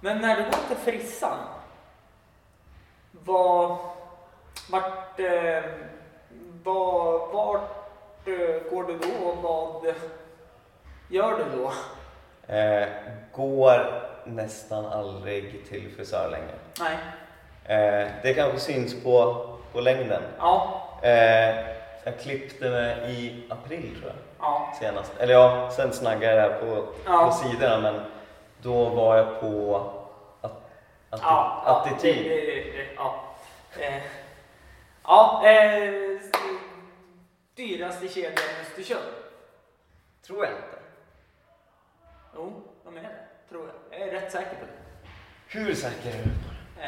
Men när du går till frissan, vart går du då och vad gör du då? Går nästan aldrig till frisör längre. Nej. Det kanske syns på längden. Ja. Jag klippte mig i april tror jag. Ja. Senast. Eller ja, sen snaggade jag där på sidorna, men då var jag på attityd. Dyraste kedjan i Östersund. Tror jag inte. Jo, de är det. Tror jag. Jag är rätt säker på det. Hur säker är du på det?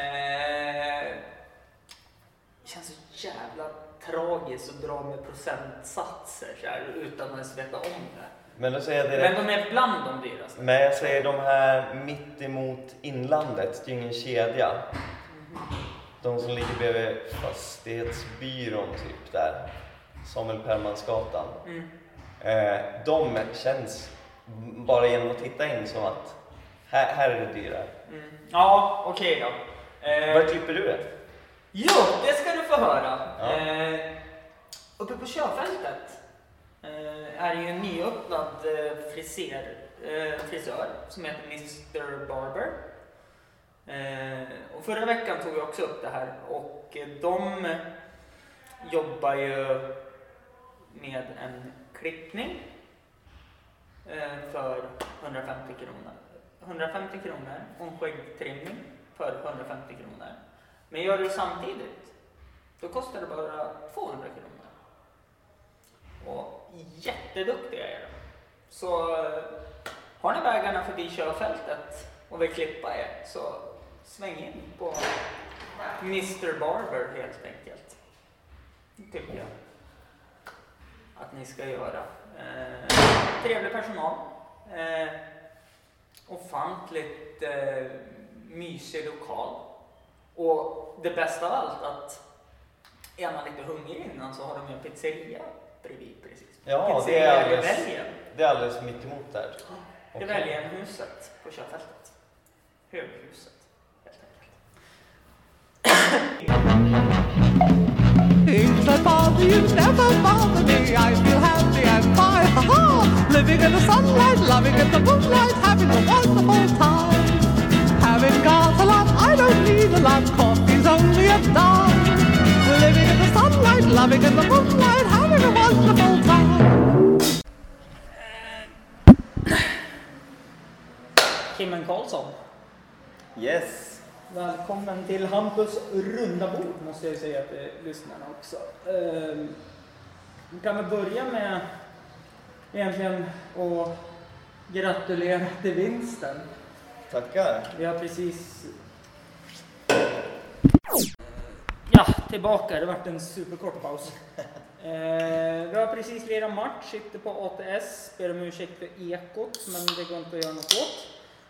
Det känns så jävla tragiskt att dra med procentsatser så här, utan att ens veta om det. Men då säger jag direkt. Men de är bland de dyraste. Men jag säger de här mitt emot inlandet, det är ingen kedja. De som ligger bredvid fastighetsbyrån typ där. Samuel Permansgatan. De känns bara genom att titta in som att här är det dyrare. Ja, okej då. Var klipper du det? Jo, det ska du få höra. Ja. Uppe på körfältet är det ju en nyöppnad frisör som heter Mr. Barber. Och förra veckan tog jag också upp det här, och de jobbar ju med en klippning för 150 kronor. 150 kronor och en skäggtrimning för 150 kronor. Men gör du samtidigt, då kostar det bara 200 kronor. Och jätteduktiga är de. Så har ni vägarna förbi körfältet och vill klippa er, så sväng in på Mr. Barber helt enkelt. Det tycker jag att ni ska göra. Trevlig personal. Ofantligt mysig lokal. Och det bästa av allt, att är man lite hungrig innan så har de en pizzeria bredvid precis. Ja, det är alldeles mitt emot där. Det väljer huset på körfältet. Höghuset, helt enkelt. Things that bother you never bother me. I feel happy and fine. Ha-ha! Living in the sunlight, loving in the moonlight, having a wonderful time. Having got a lot, I don't need a lot. Coffee's only a dime. Living in the sunlight, loving in the moonlight, having a wonderful time. Kimmen Karlsson. Yes. Välkommen till Hampus runda bord, måste jag säga till lyssnarna också. Vi kan väl börja med egentligen att gratulera till vinsten. Tackar. Vi har precis... Ja, tillbaka. Det har varit en superkort paus. Vi har precis lirat match, sitter på ATS. Ber om ursäkt för ekot, men det går inte att göra något åt.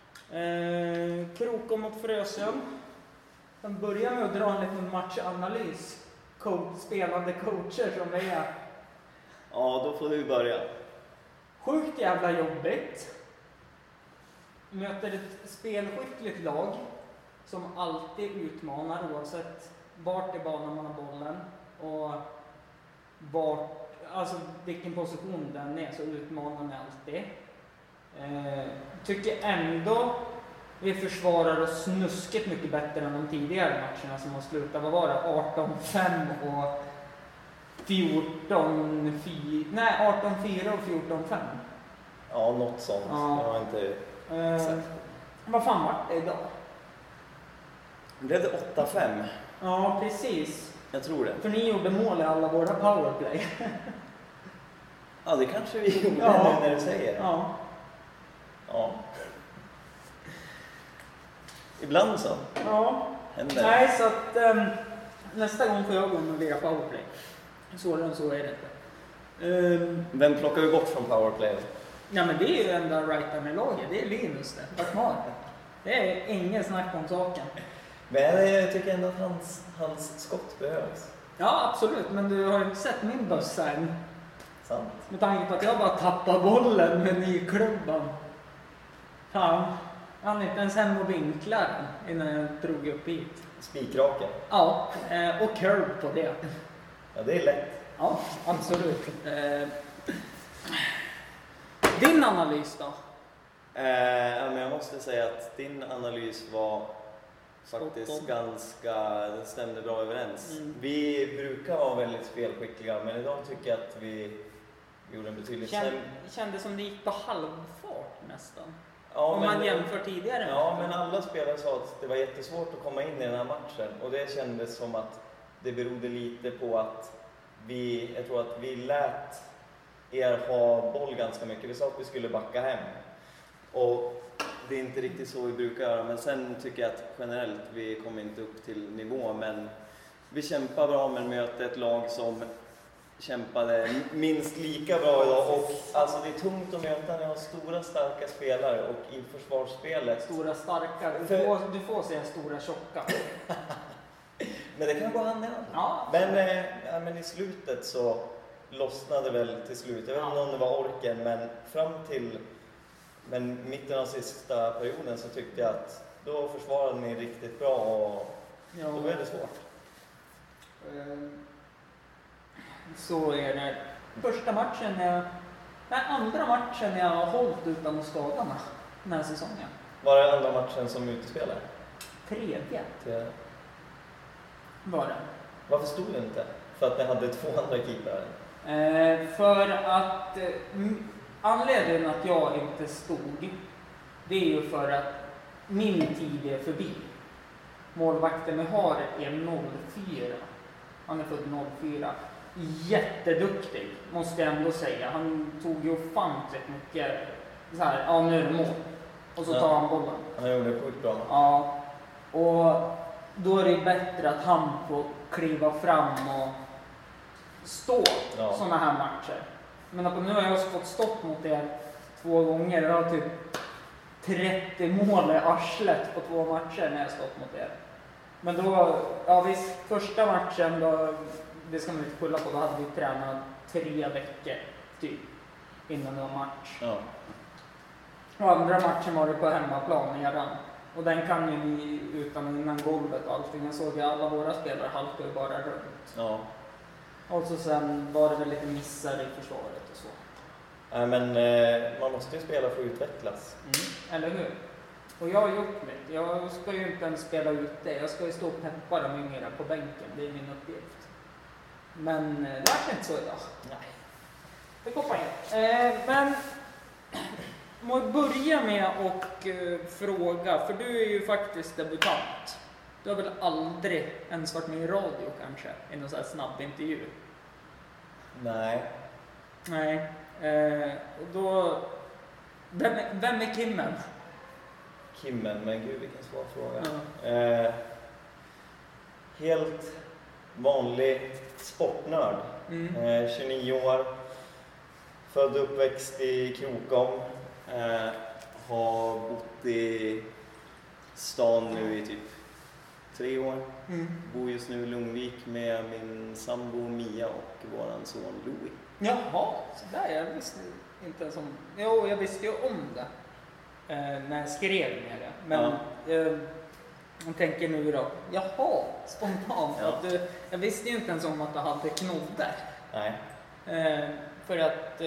Krokom mot Frösön. De börjar med att dra en liten matchanalys. Spelande coacher som det är. Ja, då får du börja. Sjukt jävla jobbigt. Möter ett spelskickligt lag som alltid utmanar, oavsett vart i banan man har bollen och alltså vilken position den är, så utmanar man alltid. Tycker ändå vi försvarar oss snuskigt mycket bättre än de tidigare matcherna som har slutat, vad var det, 18-5 och 18-4 och 14-5. Ja, något sånt. Ja. Jag har inte exakt. Vad fan var det idag? Blev det 8-5? Ja, precis. Jag tror det. För ni gjorde mål i alla våra powerplay. Ja, det kanske vi gjorde nu när du säger det. Ja. Ja. Ibland så. Ja. Händer. Nej, så att nästa gång får jag gå in och lira powerplay. Så är det inte. Vem plockar vi bort från powerplay? Ja, men det är ju enda rightaren i laget. Det är Linus det. Det är ingen snack om saken. Men jag tycker ändå att hans skott behövs. Ja, absolut. Men du har ju inte sett min bössa än. Sant. Med tanke på att jag bara tappar bollen med nyklubban. Ja. Han är inte ens hem och vinklar innan jag drog upp hit. Spikraka. Ja, och curl på det. Ja, det är lätt. Ja, absolut. Din analys då? Men jag måste säga att din analys var faktiskt den stämde bra överens. Vi brukar vara väldigt spelskickliga, men idag tycker jag att vi gjorde en betydligt sämre. Kändes som det gick på halvfart nästan. Ja, om man jämför tidigare. Ja, men alla spelare sa att det var jättesvårt att komma in i den här matchen. Och det kändes som att det berodde lite på att jag tror att vi lät er ha boll ganska mycket. Vi sa att vi skulle backa hem. Och det är inte riktigt så vi brukar göra. Men sen tycker jag att generellt vi kommer inte upp till nivå. Men vi kämpar bra, men möter ett lag som kämpade minst lika bra idag. Och alltså det är tungt att möta när jag har stora starka spelare och i försvarsspelet. Stora starka, du får säga stora tjocka. Men det kan gå hand i hand. Ja. Men i slutet så lossnade väl till slut. Jag vet inte om det var orken, men fram till mitten av sista perioden så tyckte jag att då försvarade ni riktigt bra och då blev det svårt. Så är det. Andra matchen jag har hållit utan att skada mig den här säsongen. Var det andra matchen som utespelare? Tredje. Var det. Varför stod det inte? För att ni hade 2 andra keepare? För att anledningen att jag inte stod, det är ju för att min tid är förbi. Målvakten vi har är 04. Han är född 04. Jätteduktig, måste jag ändå säga. Han tog ju ofantligt mycket så här, nu är det mål. Och så tar han bollen. Han gjorde det sjukt bra. Ja, och då är det bättre att han får kliva fram och stå sådana här matcher. Men nu har jag fått stopp mot er 2 gånger. Jag har typ 30 mål i arslet på 2 matcher när jag stått mot er. Men då, visst, första matchen då, det ska man inte skylla på, då hade vi tränat 3 veckor typ innan det var match. Ja. Och andra matchen var det på hemmaplan redan. Och den kan ju ni utan och innan golvet och allting. Jag såg ju alla våra spelare halkade bara runt. Ja. Och så sen var det väl lite missar i försvaret och så. Men man måste ju spela för att utvecklas. Eller hur? Och jag har gjort mitt. Jag ska ju inte ens spela ute. Jag ska ju stå och peppa de yngre på bänken. Det är min uppgift. Men det är inte så idag. Nej. Det går in. Men må börja med och fråga. För du är ju faktiskt debutant. Du har väl aldrig ens varit med i radio kanske? I någon sån här snabb intervju? Nej. Nej. Och då... Vem är Kimmen? Kimmen, men gud vilken svår fråga. Ja. Helt vanlig sportnörd. 29 år. Född och uppväxt i Krokom. Har bott i stan nu i typ 3 år. Bor just nu i Lundvik med min sambo Mia och våran son Louis. Jaha, så där. Jag visste inte ens om... Jo, jag visste ju om det. När jag skrev med det. Men jag tänker nu då. Jaha, spontant. Ja. Jag visste ju inte ens om att du hade knoddar. Nej. För att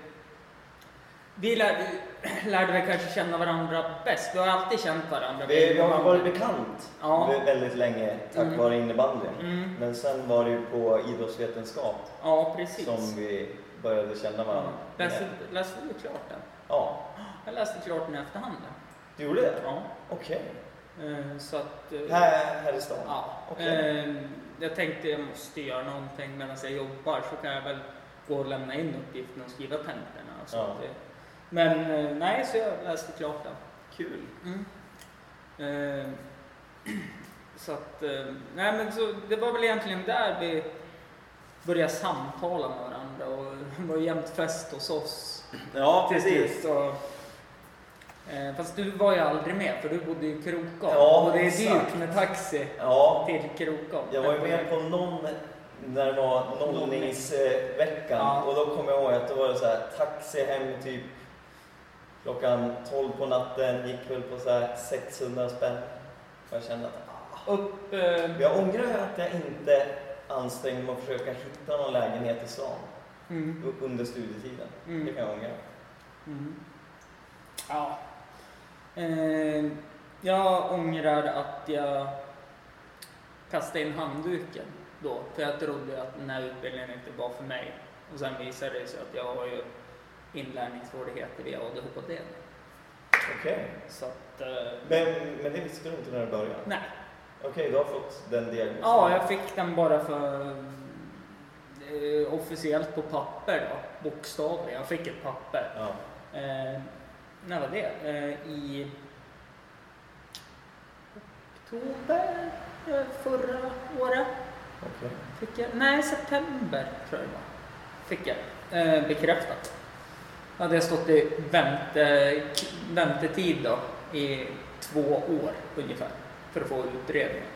vi lärde väl kanske känna varandra bäst. Vi har alltid känt varandra. Vi har varit bekant väldigt länge tack vare innebandyn. Men sen var det ju på idrottsvetenskap som vi började känna varandra. Läste du klart den? Ja. Jag läste klart den i efterhand. Du gjorde det? Ja. Okej. Så att... Här i stan? Ja. Okay. Jag tänkte jag måste göra någonting medan jag jobbar, så kan jag väl gå och lämna in uppgiften och skriva tentorna. Så men nej, så jag läste klart den. Kul. Så att, nej men så det var väl egentligen där vi började samtala med varandra och det var jämt fest hos oss. Ja, precis. Fast du var ju aldrig med, för du bodde i Krokom. Ja, och det är dyrt med taxi till Krokom. Jag var ju med på någon när det var nollningsveckan och då kom jag ihåg att det var så här taxi hem typ klockan 12 på natten, gick väl på så här 600 spänn. Jag kände att jag ångrar att jag inte ansträngde mig att försöka hitta någon lägenhet i stan under studietiden. Det kan jag ångra. Ja. Jag ångrar att jag kastade in handduken då, för jag trodde att den här utbildningen inte var för mig. Och sen visade det sig att jag har ju inlärningssvårigheter via ADHD. Okej. Så att, men det visste du inte när du började? Nej. Okej, du har fått den diagnosen? Ja, jag fick den bara för officiellt på papper då, bokstavligen. Jag fick ett papper. Ja. När var det? I oktober förra året. Okej. Fick jag, nej, september tror jag det var. Fick jag bekräftat. Jag hade stått i väntetid då, i 2 år ungefär för att få utredningen.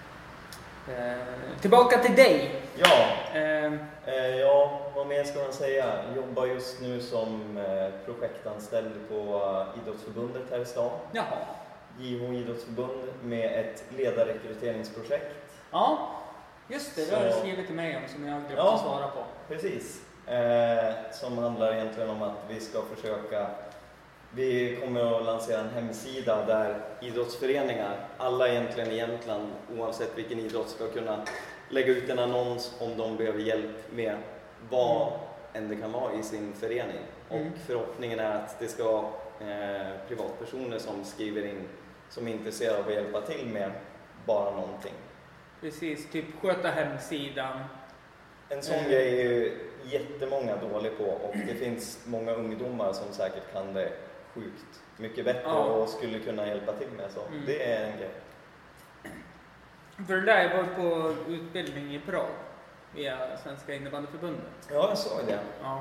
Tillbaka till dig. Ja, vad mer ska man säga? Jag jobbar just nu som projektanställd på Idrottsförbundet här i stan. Jaha. JH Idrottsförbund med ett ledarrekryteringsprojekt. Ja, just det. Det har du skrivit till mig om som jag glömt att svara på. Precis. Som handlar egentligen om att vi ska försöka... Vi kommer att lansera en hemsida där idrottsföreningar, alla egentligen i Jämtland, oavsett vilken idrott, ska kunna lägga ut en annons om de behöver hjälp med vad än det kan vara i sin förening. Och förhoppningen är att det ska vara privatpersoner som skriver in, som är intresserade av att hjälpa till med bara någonting. Precis, typ sköta hemsidan. En sån grej är ju jättemånga dålig på, och det finns många ungdomar som säkert kan det sjukt mycket bättre och skulle kunna hjälpa till med. Så det är en grej. För det där, jag var på utbildning i Prag via Svenska innebandyförbundet. Ja, jag såg det. Ja.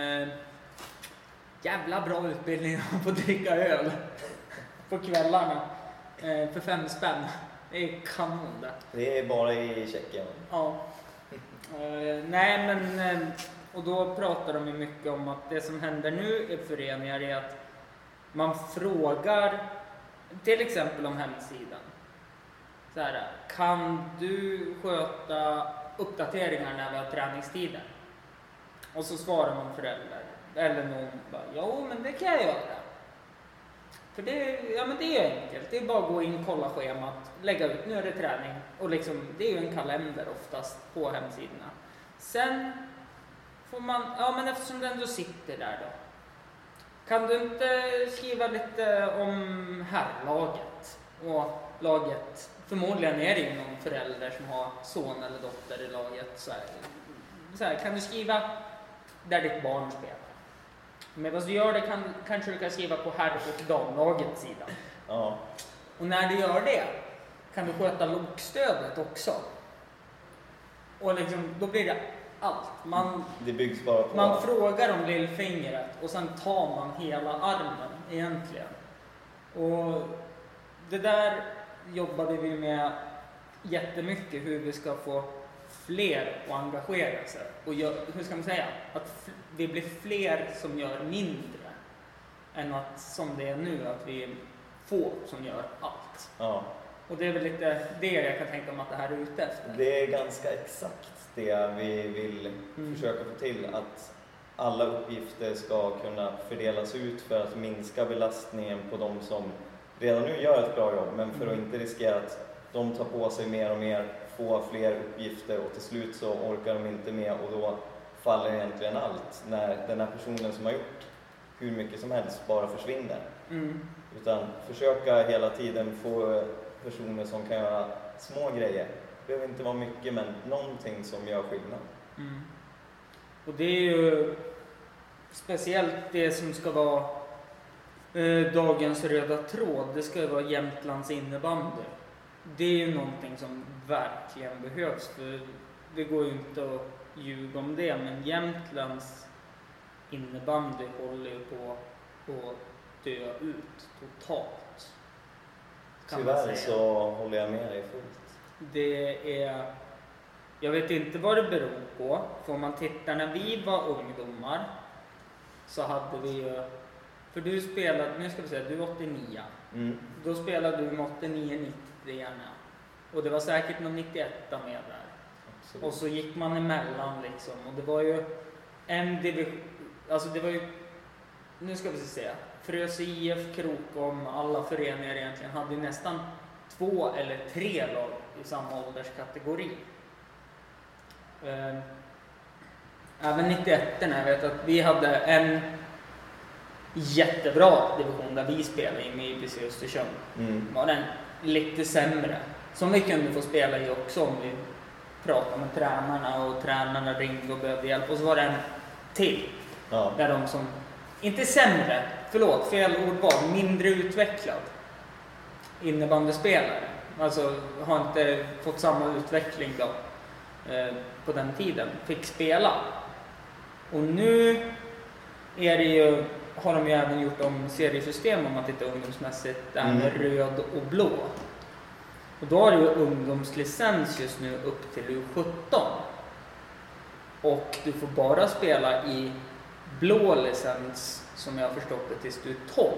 Jävla bra utbildning att få dricka öl på kvällarna för 5 spänn. Det är kanon det. Det är bara i Tjeckien. Ja. Nej, men och då pratar de ju mycket om att det som händer nu i föreningar är att man frågar till exempel om hemsidan. Så här, kan du sköta uppdateringar när vi har träningstider? Och så svarar man förälder eller någon bara, jo men det kan jag göra. För det, men det är enkelt, det är bara att gå in, kolla schemat, lägga ut, nu är det träning. Och liksom, det är ju en kalender oftast på hemsidorna. Sen får man, men eftersom den ändå sitter där då. Kan du inte skriva lite om herrlaget och laget? Förmodligen är det ju någon förälder som har son eller dotter i laget. Så här, kan du skriva där ditt barn spelar? Men vad du gör det kanske du kan skriva på herr- och damlagets sida. Ja. Och när du gör det kan du sköta lokstödet också. Och liksom, då blir det allt. Det byggs bara på. Man frågar om lillfingret och sen tar man hela armen egentligen. Och det där jobbade vi med jättemycket, hur vi ska få fler att engagera sig. Och hur ska man säga? Att vi blir fler som gör mindre än att som det är nu, att vi är få som gör allt. Ja. Och det är väl lite det jag kan tänka mig att det här är ute efter. Det är ganska exakt det vi vill försöka få till, att alla uppgifter ska kunna fördelas ut för att minska belastningen på de som redan nu gör ett bra jobb, men för att inte riskera att de tar på sig mer och mer, få fler uppgifter och till slut så orkar de inte med och då faller egentligen allt när den här personen som har gjort hur mycket som helst bara försvinner. Utan försöka hela tiden få personer som kan göra små grejer. Det behöver inte vara mycket, men någonting som gör skillnad. Och det är ju speciellt det som ska vara dagens röda tråd. Det ska ju vara Jämtlands innebandy. Det är ju någonting som verkligen behövs, för det går ju inte att ljuga om det, men Jämtlands innebandy håller ju på att dö ut totalt. Tyvärr så håller jag med dig fullt. Det är, jag vet inte vad det beror på, för om man tittar när vi var ungdomar så hade vi ju För du spelade, nu ska vi säga, du är 89. Då spelade du med 89-90 gärna. Och det var säkert någon 91 med där. Absolut. Och så gick man emellan liksom. Och det var ju en division, alltså det var ju, nu ska vi säga, Frös IF, Krokom, alla föreningar egentligen hade ju nästan 2 eller 3 lag i samma ålderskategori. Även 91, jag vet att vi hade en jättebra division där vi spelade i med IPC Östersund. Var den lite sämre. Som vi kunde få spela i också om vi pratade med tränarna och tränarna ringde och behövde hjälp. Och så var det en till. Ja. Där de som, inte sämre, förlåt, fel ordval, mindre utvecklad innebandyspelare. Alltså har inte fått samma utveckling då på den tiden. Fick spela. Och nu är det ju, har de ju även gjort om seriesystem om man tittar ungdomsmässigt, det här med röd och blå. Och då har du ju ungdomslicens just nu upp till U17. Och du får bara spela i blå licens, som jag har förstått det, tills du är 12.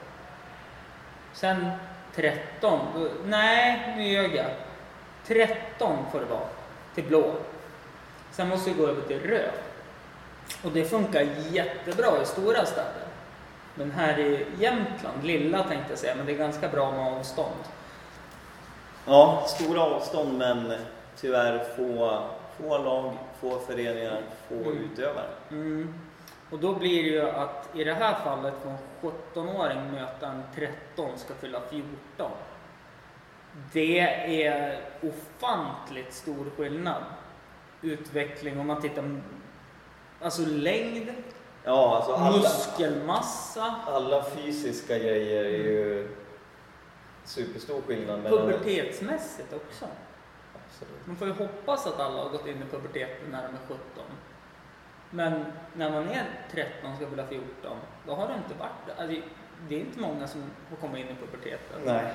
Sen 13, nej, nu ljög jag. 13 får det vara till blå. Sen måste du gå över till röd. Och det funkar jättebra i stora städer. Men här i Jämtland, lilla tänkte jag säga, men det är ganska bra med avstånd. Ja, stora avstånd, men tyvärr få lag, få föreningar, få utövare. Och då blir det ju att i det här fallet får en 17-åring möta en 13 ska fylla 14. Det är ofantligt stor skillnad. Utveckling om man tittar, alltså längd, ja, alltså muskelmassa. Alla fysiska grejer är ju superstor skillnad. Pubertetsmässigt också. Absolut. Man får ju hoppas att alla har gått in i puberteten när de är 17. Men när man är 13 och ska fylla 14, då har det inte varit, alltså, det är inte många som har kommit in i puberteten. Nej.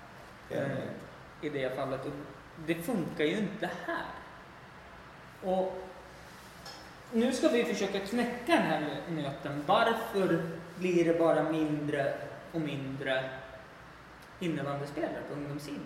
I det fallet. Och det funkar ju inte här. Och nu ska vi försöka knäcka den här nöten. Varför blir det bara mindre och mindre innebandyspelare på ungdomssidan?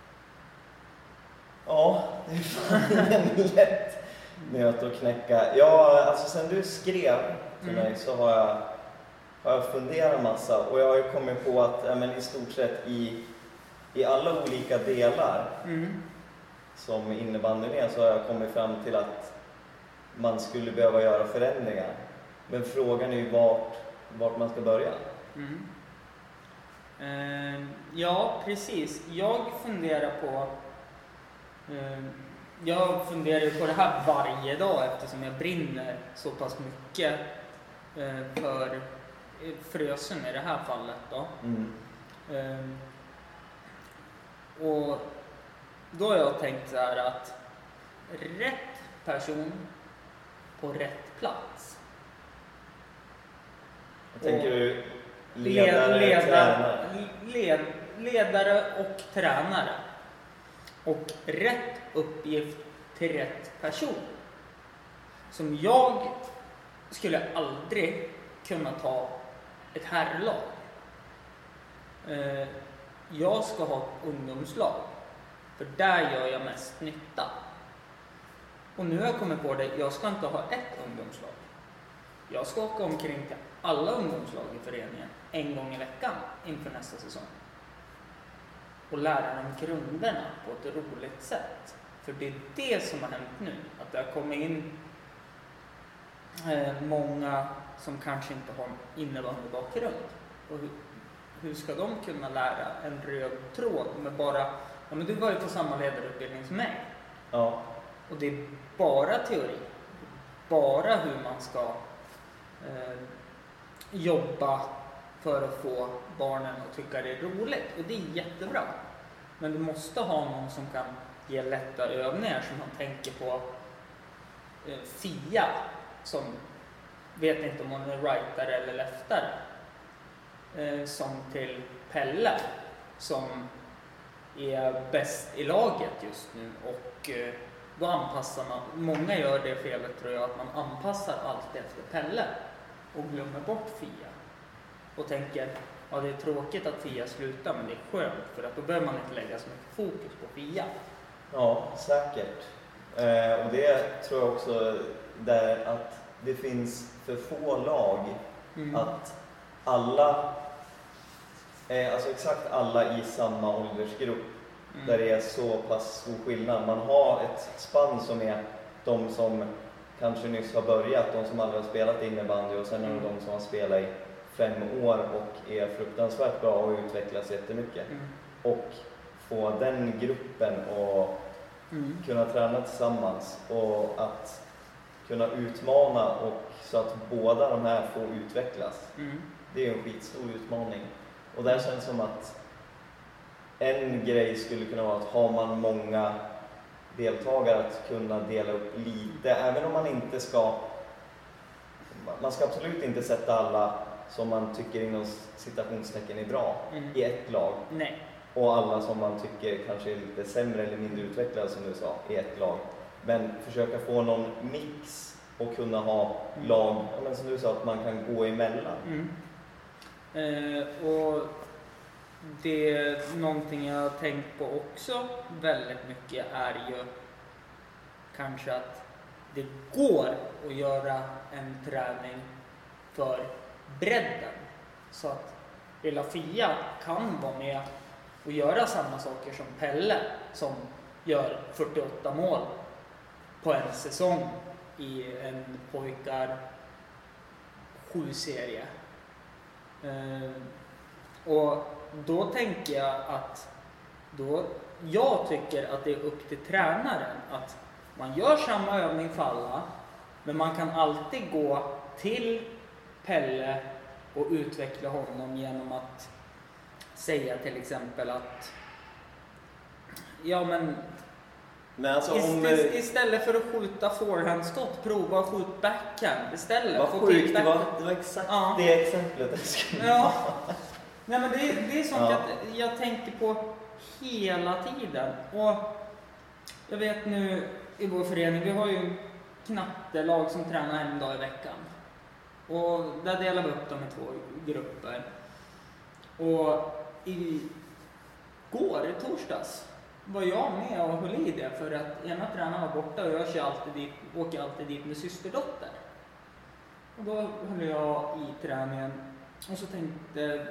Ja, det är fan en lätt nöt att knäcka. Ja, alltså sen du skrev till mig så har jag funderat massa. Och jag har ju kommit på att i stort sett i alla olika delar som innebandyn är, så har jag kommit fram till att man skulle behöva göra förändringar. Men frågan är ju vart man ska börja. Ja, precis. Jag funderar ju på det här varje dag eftersom jag brinner så pass mycket för Frösen i det här fallet då. Och då har jag tänkt så här att rätt person på rätt plats. Jag tänker du ledare och tränare. Och rätt uppgift till rätt person. Som jag skulle aldrig kunna ta ett herrlag. Jag ska ha ett ungdomslag. För där gör jag mest nytta. Och nu har jag kommit på det, jag ska inte ha ett ungdomslag. Jag ska åka omkring till alla ungdomslag i föreningen en gång i veckan inför nästa säsong. Och lära dem grunderna på ett roligt sätt. För det är det som har hänt nu. Att det har kommit in många som kanske inte har en innebandybakgrund. Och hur ska de kunna lära en röd tråd med bara, ja men du var ju på samma ledarutbildning som mig. Ja. Och det är bara teori. Bara hur man ska jobba för att få barnen att tycka det är roligt. Och det är jättebra. Men du måste ha någon som kan ge lätta övningar som man tänker på Fia som vet inte om hon är rightare eller leftare. Som till Pelle som är bäst i laget just nu och då anpassar man, många gör det felet tror jag, att man anpassar allt efter Pelle och glömmer bort Fia. och tänker ja, det är tråkigt att FIA slutar, men det är skönt för att då behöver man inte lägga så mycket fokus på FIA. Ja, säkert. Och det tror jag också där att det finns för få lag att alla, alltså exakt alla i samma åldersgrupp där det är så pass stor skillnad. Man har ett spann som är de som kanske nyss har börjat, de som aldrig har spelat innebandy, och sen är det de som har spelat i 5 år och är fruktansvärt bra och utvecklas jättemycket. Och få den gruppen och kunna träna tillsammans och att kunna utmana och så att båda de här får utvecklas. Det är en skitstor utmaning. Och där känns det som att en grej skulle kunna vara att har man många deltagare att kunna dela upp lite, även om man inte ska, man ska absolut inte sätta alla som man tycker inom citationstecken är bra i ett lag. Nej. Och alla som man tycker kanske är lite sämre eller mindre utvecklade som du sa i ett lag. Men försöka få någon mix och kunna ha lag, men som du sa, att man kan gå emellan. Och det är någonting jag har tänkt på också väldigt mycket är ju kanske att det går att göra en träning för bredden så att hela FIA kan vara med och göra samma saker som Pelle som gör 48 mål på en säsong i en pojkar 7-serie. Och då tänker jag att jag tycker att det är upp till tränaren att man gör samma övning för alla, men man kan alltid gå till Pelle och utveckla honom genom att säga till exempel att ja men alltså, istället för att skjuta forehandskott, prova att skjuta backhand istället. Vad sjukt, det var exakt det exemplet jag skulle ta. Nej, men det är sånt jag tänker på hela tiden. Och jag vet nu i vår förening, vi har ju knattelag som tränar en dag i veckan. Och där delar vi upp dem i 2 grupper. Och i torsdags var jag med och höll i det för att ena tränaren var borta och jag åker alltid dit med systerdotter. Och då höll jag i träningen och så tänkte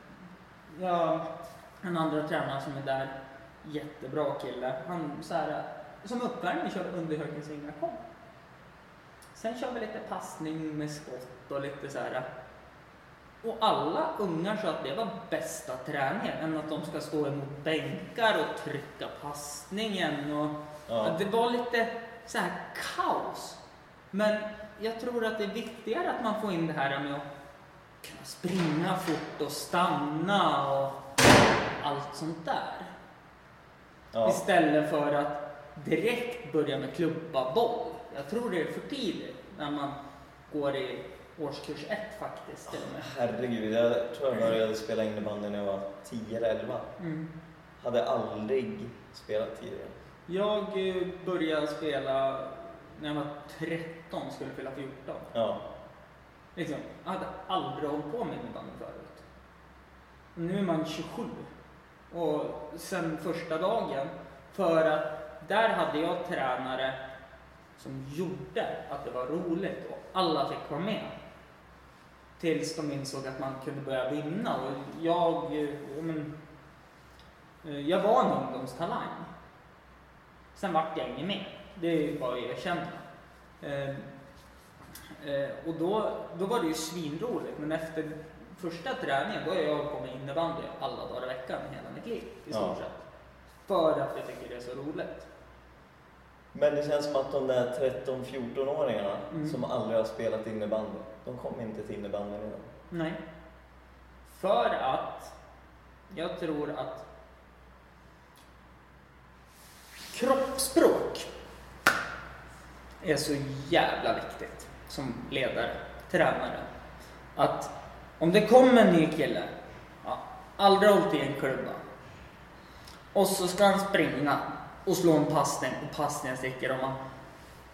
en andra tränare som är där, jättebra kille, han så här, som uppvärmning kör underhögningsringar kom. Sen kör vi lite passning med skott och lite så här. Och alla ungar sa att det var bästa träningen än att de ska stå emot bänkar och trycka passningen. Och det var lite så här kaos. Men jag tror att det är viktigare att man får in det här med att kunna springa fort och stanna och allt sånt där. Istället för att direkt börja med klubba boll. Jag tror det är för tidigt när man går i årskurs 1 faktiskt. Herregud, jag tror jag började spela innebandy när jag var 10 eller 11. Hade aldrig spelat tidigare. Jag började spela när jag var 13, skulle fylla 14. Ja. Liksom, jag hade aldrig hållit på med innebandy förut. Nu är man 27. Och sen första dagen, för att där hade jag tränare som gjorde att det var roligt och alla fick vara med. Tills de insåg att man kunde börja vinna. Och jag var en ungdomstalang. Sen vart jag ingen med. Det är ju bara att erkänna. Och då var det ju svinroligt. Men efter första träningen då är jag på med innebandy alla dagar i veckan hela mitt liv i stort sett. För att jag tycker det är så roligt. Men det känns som att de där 13-14-åringarna som aldrig har spelat innebandy, de kommer inte till innebandyn idag. Nej. För att jag tror att kroppsspråk är så jävla viktigt som ledare, tränare. Att om det kommer en ny kille, aldrig hållit i en klubba, och så ska han springa och slå en passning och passningen sticker och man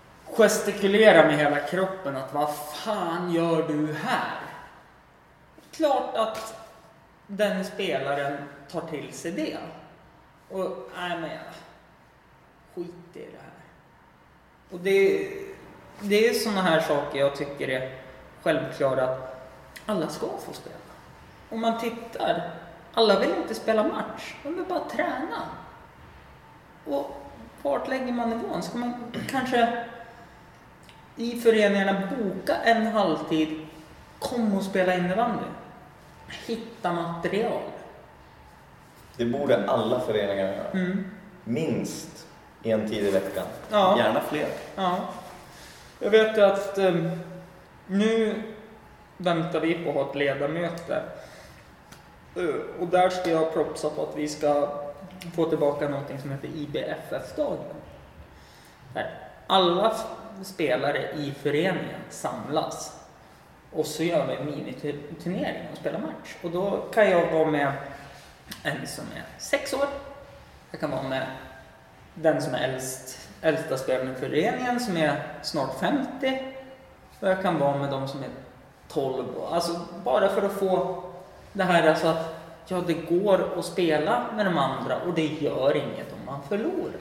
gestikulerar med hela kroppen att vad fan gör du här? klart att den spelaren tar till sig det. Och nej men skit i det här. Och det är såna här saker jag tycker är självklara att alla ska få spela. Om man tittar, alla vill inte spela match, de vill bara träna. Och vart lägger man nivån? Ska man kanske i föreningarna boka en halvtid, kom och spela innebandy, hitta material. Det borde alla föreningar göra. Minst en tid i veckan. Ja. Gärna fler. Ja. Jag vet ju att nu väntar vi på att ha ett ledarmöte. Och där ska jag propsa på att vi ska få tillbaka någonting som heter IBFF-dagen. Där alla spelare i föreningen samlas. Och så gör vi en miniturnering och spelar match. Och då kan jag vara med en som är 6 år. Jag kan vara med den som är äldsta spelaren i föreningen som är snart 50. Och jag kan vara med de som är 12. Alltså bara för att få det här alltså att ja, det går att spela med de andra och det gör inget om man förlorar.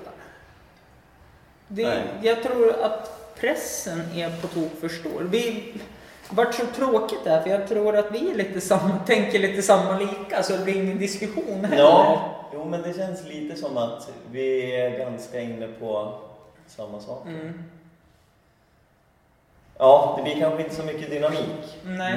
Jag tror att pressen är på tok för stor. Det vart så tråkigt där, för jag tror att vi är tänker lite samma lika, så det blir ingen diskussion heller. Ja, jo, men det känns lite som att vi är ganska inne på samma sak. Ja, det blir kanske inte så mycket dynamik. Nej.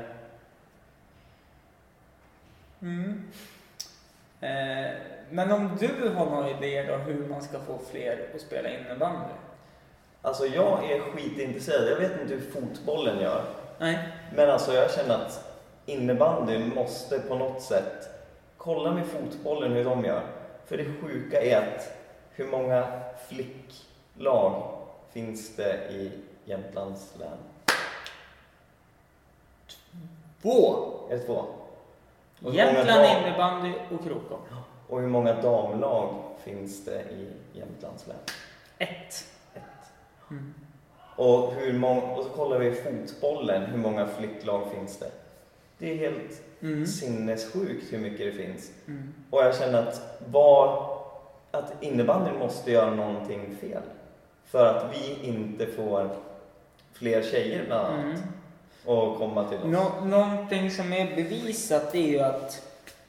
Men om du har några idéer då hur man ska få fler att spela innebandy? Alltså jag är skitintresserad. Jag vet inte hur fotbollen gör. Nej. Men alltså jag känner att innebandy måste på något sätt kolla med fotbollen hur de gör. För det sjuka är att hur många flicklag finns det i Jämtlands län? 2. Är det 2? Jämtland, innebandy och Krokom. Och hur många damlag finns det i Jämtlands län? 1. Och så kollar vi fotbollen, hur många flicklag finns det? Det är helt sinnessjukt hur mycket det finns. Och jag känner att innebandyn måste göra någonting fel. För att vi inte får fler tjejer bland annat och komma till oss. Någonting som är bevisat är ju att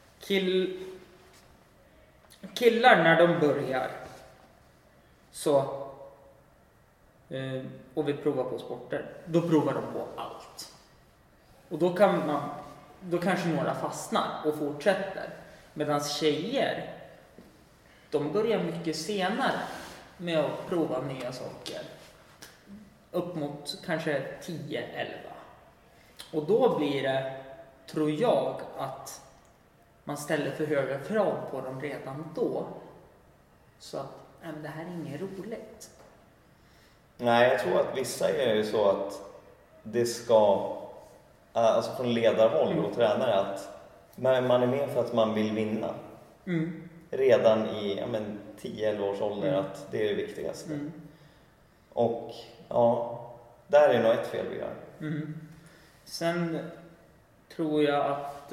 killar när de börjar så och vi provar på sporter, då provar de på allt. Och då kanske några fastnar och fortsätter. Medan tjejer, de börjar mycket senare med att prova nya saker. Upp mot kanske 10-11. Och då blir det, tror jag, att man ställer för höga krav på dem redan då. Så att det här är inget roligt. Nej, jag tror att vissa är ju så att det ska, alltså från ledarhåll och tränare, att man är med för att man vill vinna. Redan i 10-11 års ålder, att det är det viktigaste. Och ja, där är nog ett fel vi gör. Sen tror jag att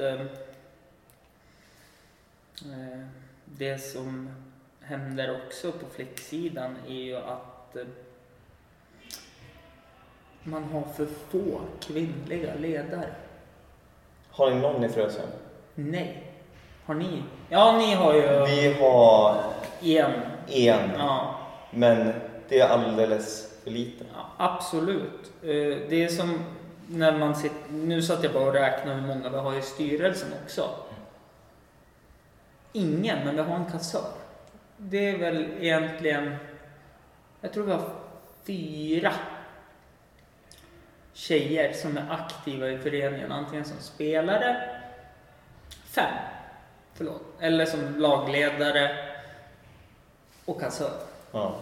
det som händer också på flicksidan är ju att man har för få kvinnliga ledare. Har ni någon i Frösön? Nej. Har ni? Ja, ni har ju... Vi har en. Ja. Men det är alldeles för lite. Ja, absolut. Det är som när man sitter... Nu satt jag bara och räknade hur många vi har i styrelsen också. Ingen, men vi har en kassör. Det är väl egentligen... Jag tror vi har 4 tjejer som är aktiva i föreningen. Antingen som spelare, 5. Eller som lagledare och kassör. Ja.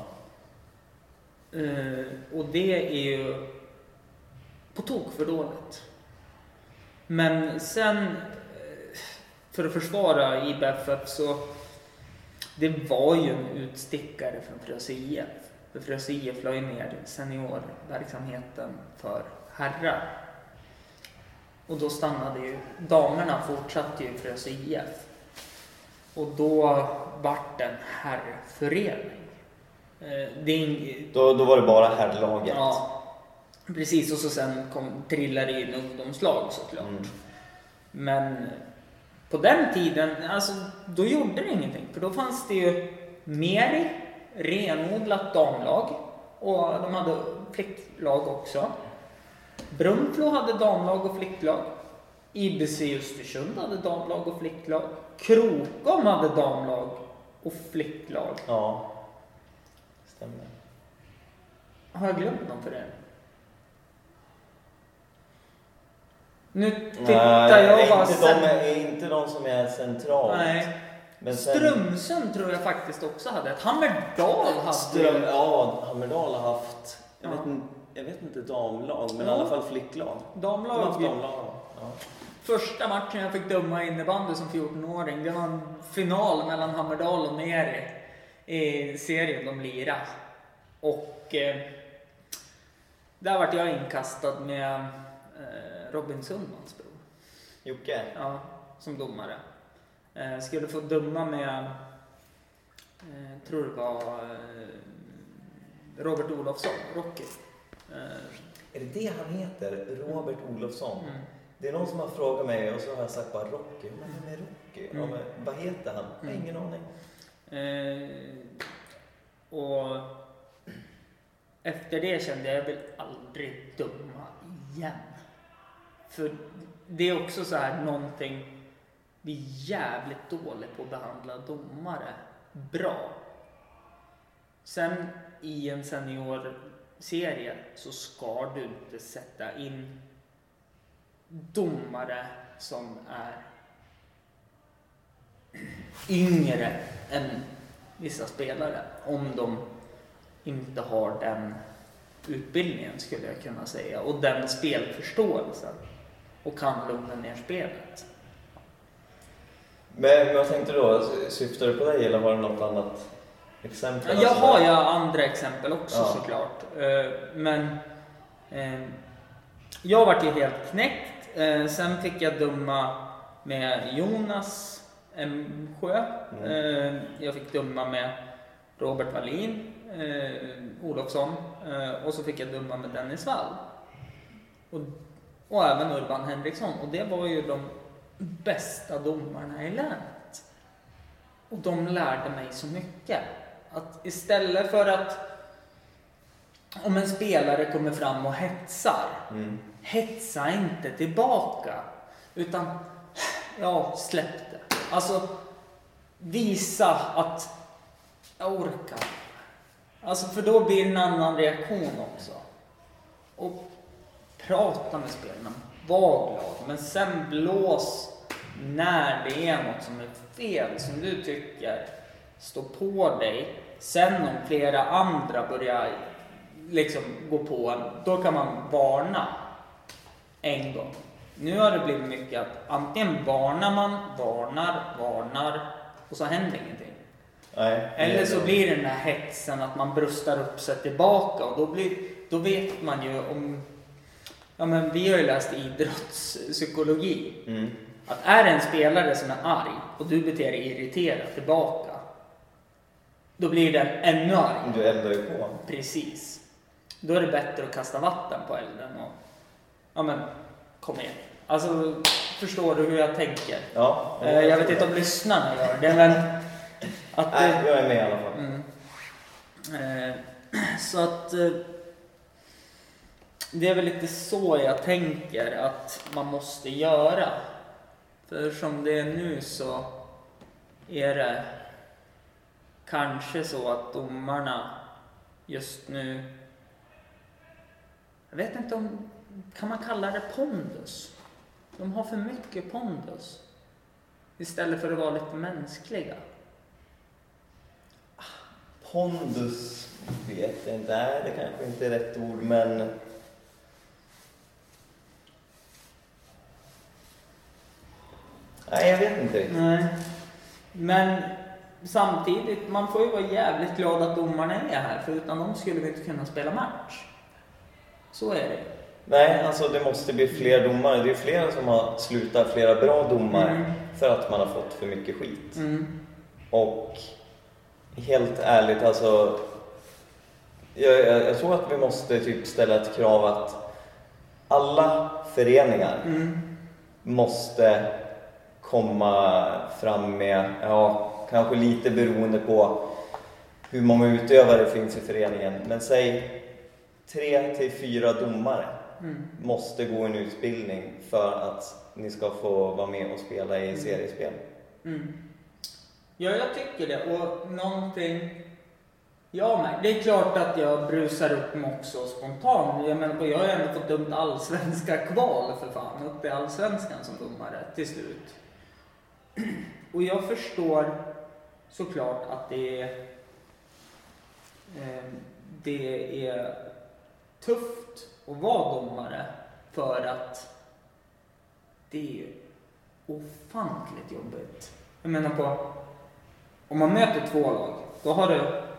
Och det är ju på tok för dåligt. Men sen för att försvara IBFF så det var ju en utstickare från Frösö IF. För Frösö IF la ju ner seniorverksamheten för herrar. Och då stannade ju, damerna fortsatte ju Frösö IF. Och då vart det en herrförening. Då var det bara herrlaget. Ja, precis. Och så sen trillade det in ungdomslag såklart. Men på den tiden, alltså, då gjorde det ingenting. För då fanns det ju mer renodlat damlag. Och de hade flicklag också. Brunflo hade damlag och flicklag. IBC Östersund hade damlag och flicklag. Krokom hade damlag och flicklag. Ja, stämmer. Har jag glömt någon för det? Nu tittar jag bara inte de som är centralt. Nej. Men sen... Strömsund tror jag faktiskt också hade. Hammerdal hade... Ja, Hammerdal har haft... Jag vet inte damlag, men i alla fall flicklag. Damlag. Ja. Första matchen jag fick döma innebandy som 14-åring, det var en final mellan Hammerdal och Neri i serien de lirade. Och där vart jag inkastad med Robin Sundmans bror. Jocke? Ja, som domare. Skulle få döma med, tror det var Robert Olofsson, Rocky. Är det det han heter? Robert Olofsson? Det är någon som har frågat mig och så har jag sagt bara Rocky. Men vem är Rocky? Ja, men vad heter han? Jag har ingen aning. Och efter det kände jag vill aldrig döma igen. För det är också så här någonting, vi är jävligt dåliga på att behandla domare bra. Sen i en seniorserie så ska du inte sätta in domare som är yngre än vissa spelare, om de inte har den utbildningen, skulle jag kunna säga, och den spelförståelsen och kan lugna ner spelet. Men vad tänkte du då? Syftar du på dig eller var det något annat exempel? Jag har ju andra exempel också såklart. Men jag var ju helt knäckt. Sen fick jag döma med Jonas Sjö. Jag fick döma med Robert Wallin Olofsson. Och så fick jag döma med Dennis Wall. Och även Urban Henriksson. Och det var ju de bästa domarna i länet. Och de lärde mig så mycket. Att istället för att om en spelare kommer fram och hetsar, hetsa inte tillbaka, utan släpp det. Alltså visa att jag orkar. Alltså för då blir det en annan reaktion också. Och prata med spelarna, var glad, men sen blås när det är något som är fel som du tycker, stå på dig. Sen om flera andra börjar liksom gå på en, då kan man varna en gång. Nu har det blivit mycket att antingen varnar och så händer ingenting. Nej, eller så blir det den här hetsen att man brustar upp sig tillbaka, och då vet man ju om, men vi har ju läst idrottspsykologi. Att är det en spelare som är arg och du beter dig irriterat tillbaka, då blir den ännu arg. Du eldar ju på. Precis. Då är det bättre att kasta vatten på elden och kom igen. Alltså, förstår du hur jag tänker? Ja. Jag vet inte om lyssnarna gör det, men att nej, jag är med i alla fall. Så att det är väl lite så jag tänker att man måste göra. För som det är nu så är det kanske så att domarna just nu, jag vet inte om, kan man kalla det pondus? De har för mycket pondus istället för att vara lite mänskliga. Pondus vet jag inte, nej, det kanske inte är rätt ord, men nej, jag vet inte. Nej. Men samtidigt, man får ju vara jävligt glad att domarna är här, för utan dem skulle vi inte kunna spela match. Så är det. Nej, alltså det måste bli fler domare. Det är flera som har slutat, flera bra domare för att man har fått för mycket skit. Och helt ärligt, alltså jag tror att vi måste typ ställa ett krav att alla föreningar måste komma fram med, kanske lite beroende på hur många utövare finns i föreningen, men säg 3 till 4 domare måste gå en utbildning för att ni ska få vara med och spela i seriespel. Ja, jag tycker det. Och någonting det är klart att jag brusar upp mig också spontant. Jag menar, jag har ändå fått dömt allsvenska kval för fan, upp i allsvenskan som domare till slut. Och jag förstår såklart att det är tufft att vara domare, för att det är ofantligt jobbigt. Jag menar om man möter 2 lag, då har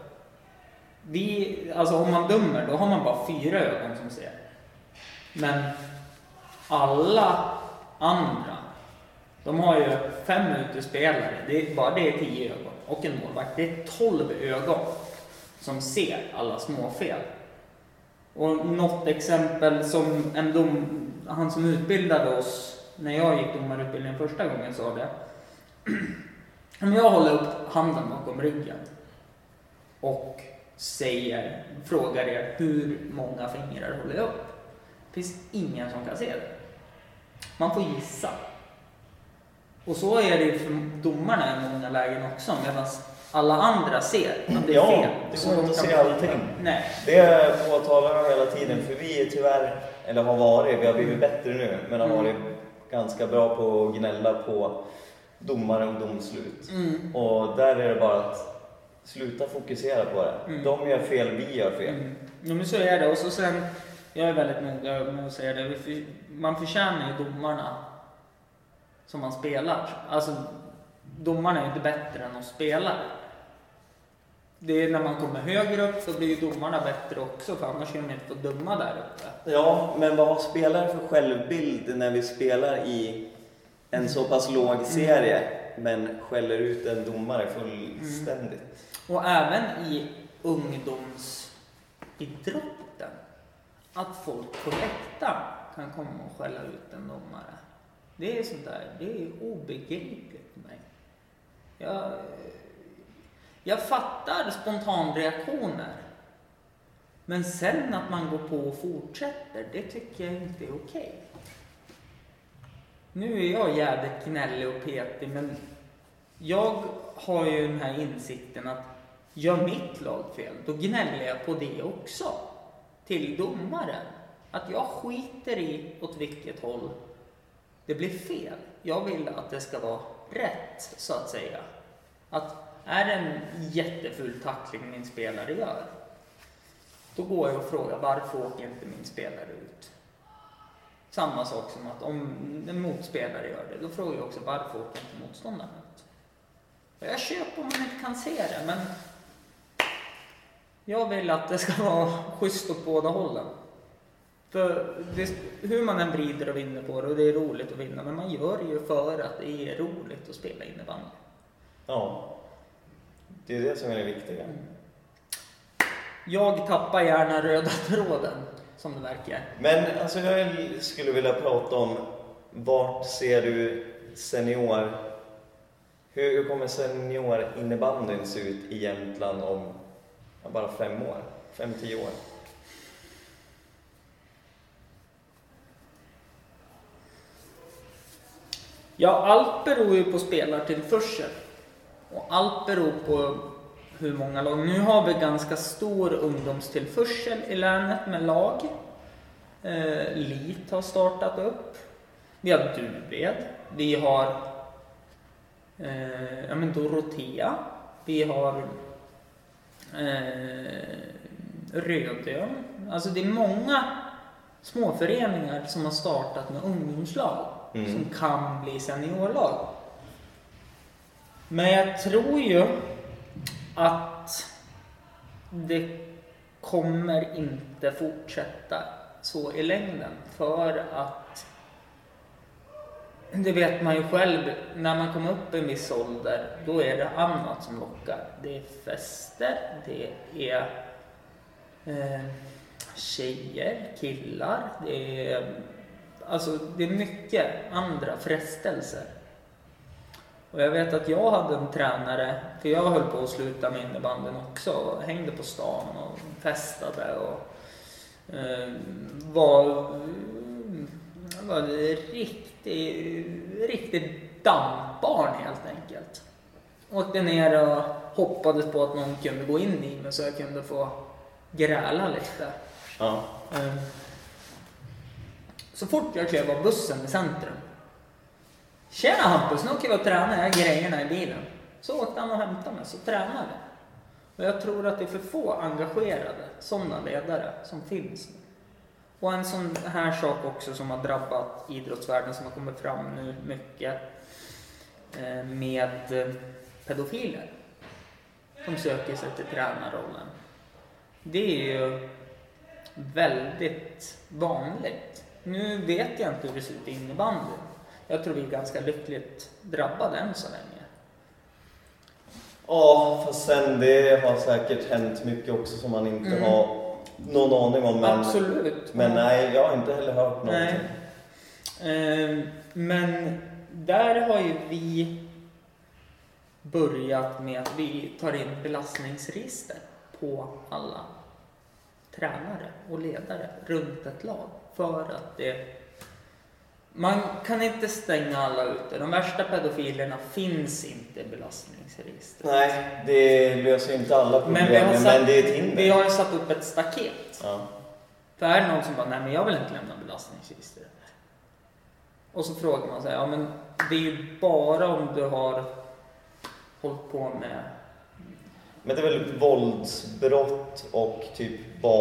om man dömer, då har man bara 4 ögon som ser. Men alla andra, de har ju 5 utespelare, det är 10 ögon och en målvakt. Det är 12 ögon som ser alla småfel. Och något exempel som han som utbildade oss när jag gick domarutbildningen första gången sa det. Om jag håller upp handen bakom ryggen och frågar er hur många fingrar håller jag upp, det finns ingen som kan se det. Man får gissa. Och så är det för domarna i många lägen också, medan alla andra ser att det är fel. Det går inte att se allting. Nej. Det påtalar jag hela tiden, för vi är tyvärr, eller har varit, vi har blivit bättre nu, men har varit ganska bra på att gnälla på domare och domslut. Och där är det bara att sluta fokusera på det. De gör fel, vi gör fel. Ja, men så är det. Och så sen, jag är väldigt noga med att säga det, man förtjänar ju domarna som man spelar. Alltså, domarna är inte bättre än att spela. Det är när man kommer högre upp så blir ju domarna bättre också, för annars är de inte få döma där uppe. Ja, men vad har spelare för självbild när vi spelar i en så pass låg serie men skäller ut en domare fullständigt? Och även i ungdomsidrotten, att folk på läktaren kan komma och skälla ut en domare. Det är sånt där, det är obegripligt för mig. Jag fattar spontanreaktioner, men sen att man går på och fortsätter, det tycker jag inte är okej. Nu är jag jävligt gnällig och petig, men jag har ju den här insikten att gör mitt lag fel, då gnäller jag på det också till domaren. Att jag skiter i åt vilket håll det blir fel. Jag vill att det ska vara rätt, så att säga. Att är det en jätteful tackling min spelare gör, då går jag och frågar varför åker inte min spelare ut. Samma sak som att om en motspelare gör det, då frågar jag också varför åker inte motståndaren ut. Jag köper om man inte kan se det, men jag vill att det ska vara schysst åt båda hållen. För hur man än vrider och vinner på det, och det är roligt att vinna, men man gör det ju för att det är roligt att spela innebandy. Ja, det är det som är det viktiga. Jag tappar gärna röda tråden, som det verkar. Men alltså jag skulle vilja prata om, vart ser du hur kommer senior innebandyn se ut i Jämtland om bara 5-10 år? Ja, allt beror ju på spelartillförsel. Och allt beror på hur många lag. Nu har vi ganska stor ungdomstillförsel i länet med lag. Lit har startat upp. Vi har Duved. Vi har Dorotea. Vi har Rödön. Alltså det är många småföreningar som har startat med ungdomslag som kan bli seniorlag. Men jag tror ju att det kommer inte fortsätta så i längden. För att det vet man ju själv, när man kommer upp i en viss ålder, då är det annat som lockar. Det är fester, det är tjejer, killar, det är mycket andra frestelser. Och jag vet att jag hade en tränare, för jag höll på att sluta med innebandyn också, och hängde på stan och festade och var riktigt dampbarn helt enkelt. Åkte ner och hoppades på att någon kunde gå in i mig så jag kunde få gräla lite. Ja. Så fort jag klev av bussen i centrum. Tjena Hampus, nu åker vi och tränar, jag har grejerna i bilen. Så åkte han och hämtade mig, så tränade vi. Och jag tror att det är för få engagerade sådana ledare som finns nu. Och en sån här sak också som har drabbat idrottsvärlden, som har kommit fram nu mycket, med pedofiler som söker sig till tränarrollen. Det är ju väldigt vanligt. Nu vet jag inte hur det ser ut i innebandyn. Jag tror vi är ganska lyckligt drabbade än så länge. Ja, fast sen det har säkert hänt mycket också som man inte har någon aning om. Men, absolut. Men nej, jag har inte heller hört någonting. Men där har ju vi börjat med att vi tar in belastningsregister på alla tränare och ledare runt ett lag. För att man kan inte stänga alla ute. De värsta pedofilerna finns inte i belastningsregistret. Nej, det löser inte alla problem, men det är ett hinder. Vi har ju satt upp ett staket. Ja. För är det någon som bara, nej men jag vill inte lämna belastningsregistret. Och så frågar man sig, ja men det är ju bara om du har hållit på med... Men det är väl våldsbrott och typ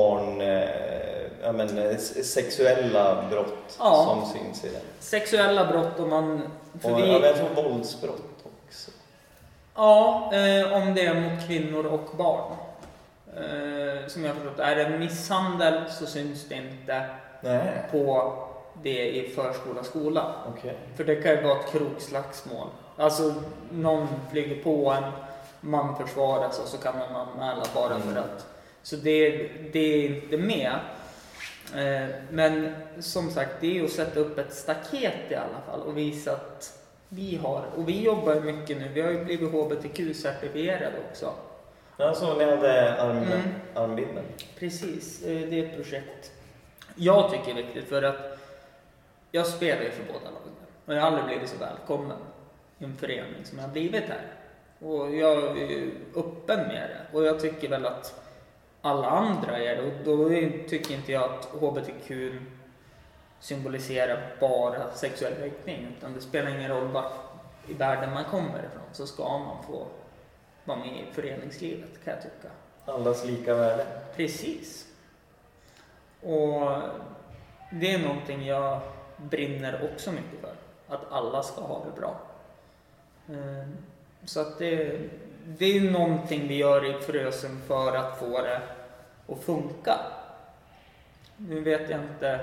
sexuella brott som syns i det. Sexuella brott och man... Jag tror våldsbrott också. Ja, om det är mot kvinnor och barn. Som jag förstått, är det misshandel så syns det inte på det i förskola, skola. Okay. För det kan ju vara ett krogslagsmål. Alltså någon flyger på en, man försvaras och så kan man anmäla bara för att. Så det är inte med. Men som sagt, det är ju att sätta upp ett staket i alla fall och visa att vi har, och vi jobbar mycket nu, vi har ju blivit HBTQ-certifierade också. Ja, så ni hade armbinden. Precis, det är ett projekt jag tycker är viktigt, för att jag spelar ju för båda lagen och jag har aldrig blivit så välkommen i en förening som jag har blivit här. Och jag är ju öppen med det, och jag tycker väl att alla andra är det, och då tycker inte jag att HBTQ symboliserar bara sexuell läggning, utan det spelar ingen roll vart i världen man kommer ifrån, så ska man få vara med i föreningslivet, kan jag tycka. Allas lika värde. Precis. Och det är någonting jag brinner också mycket för, att alla ska ha det bra. Så att det är någonting vi gör i Frösön för att få det att funka. Nu vet jag inte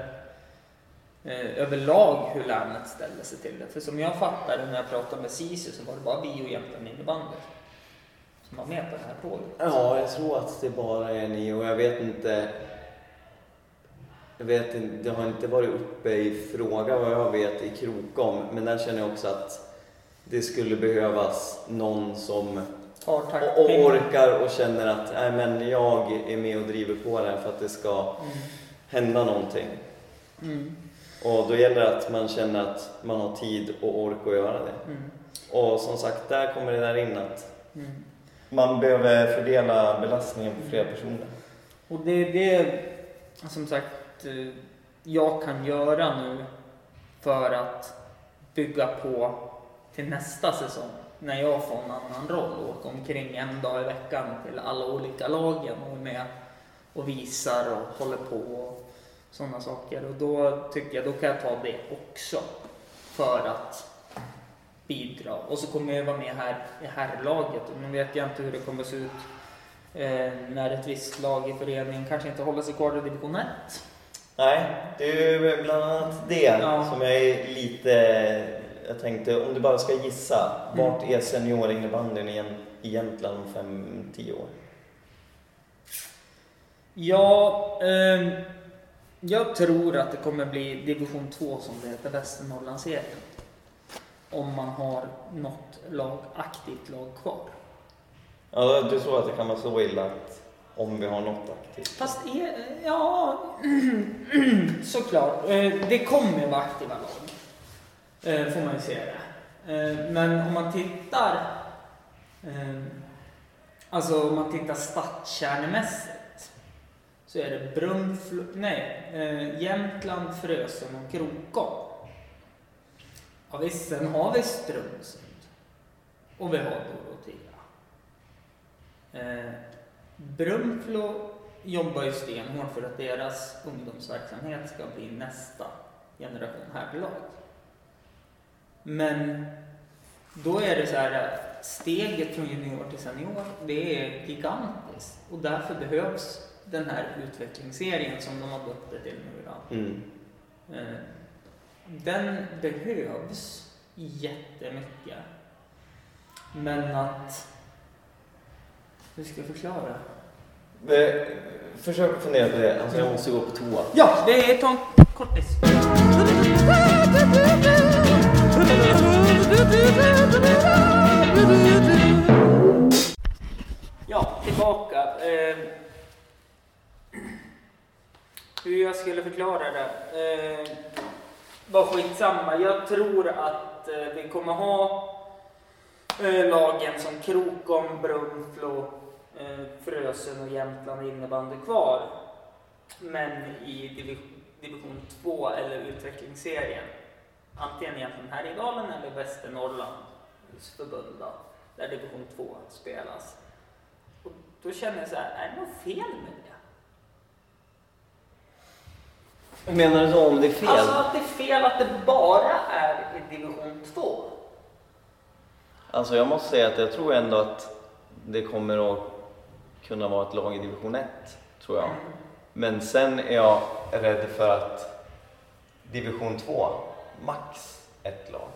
överlag hur länet ställer sig till det. För som jag fattade när jag pratade med Sisu så var det bara vi och Jämtland innebandy som var med på det här tåget. Ja, jag tror att det bara är ni, och jag vet inte, det har inte varit uppe i fråga vad jag vet i Krokom, men där känner jag också att det skulle behövas någon som orkar och känner att nej, men jag är med och driver på det här för att det ska hända någonting. Och då gäller det att man känner att man har tid och ork att göra det. Och som sagt, där kommer det där in att man behöver fördela belastningen på flera personer. Och det är det som sagt jag kan göra nu för att bygga på till nästa säsong, när jag får en annan roll och åker omkring en dag i veckan till alla olika lagen och är med och visar och håller på och sådana saker. Och då tycker jag, då kan jag ta det också för att bidra. Och så kommer jag vara med här i herrlaget. Men vet jag inte hur det kommer se ut när ett visst lag i föreningen kanske inte håller sig kvar i division 1. Nej, det är ju bland annat det som jag är lite... Jag tänkte, om du bara ska gissa, vart är seniorinnebandyn i Jämtland om 5-10 år? Ja, jag tror att det kommer bli division 2 som det heter, Västernorrlandsserien. Om man har något aktivt lag kvar. Ja, du tror att det kan vara så illa att om vi har något aktivt? Fast ja, såklart. Det kommer vara aktiva lag. Får man ju säga det. Men om man tittar om man tittar stadskärnemässigt så är det Jämtland, Frösön och Krokom. Ja, visst, sen har vi Strömsund och vi har Dorotea. Brunflo jobbar ju stenhårt för att deras ungdomsverksamhet ska bli nästa generation herrlag. Men då är det så här, steget från junior till senior, det är gigantiskt. Och därför behövs den här utvecklingsserien som de har gått till nu då. Den behövs jättemycket. Men att... Hur ska jag förklara? Försök fundera på det. Alltså jag måste gå på toa. Ja, det är ta en kortis. Ja, tillbaka. Hur jag skulle förklara det. Var skitsamma. Jag tror att vi kommer ha lagen som Krokom, Brunflo, Frösön och Jämtland innebandy kvar. Men i division 2 eller utvecklingsserien. Antingen egentligen Härjedalen eller Västernorrlands förbund då, där division 2 spelas. Och då känner jag så här, är det något fel med det? Menar du så om det är fel? Alltså att det är fel att det bara är i division 2. Alltså jag måste säga att jag tror ändå att det kommer att kunna vara ett lag i division 1, tror jag. Men sen är jag rädd för att division 2, max ett lag.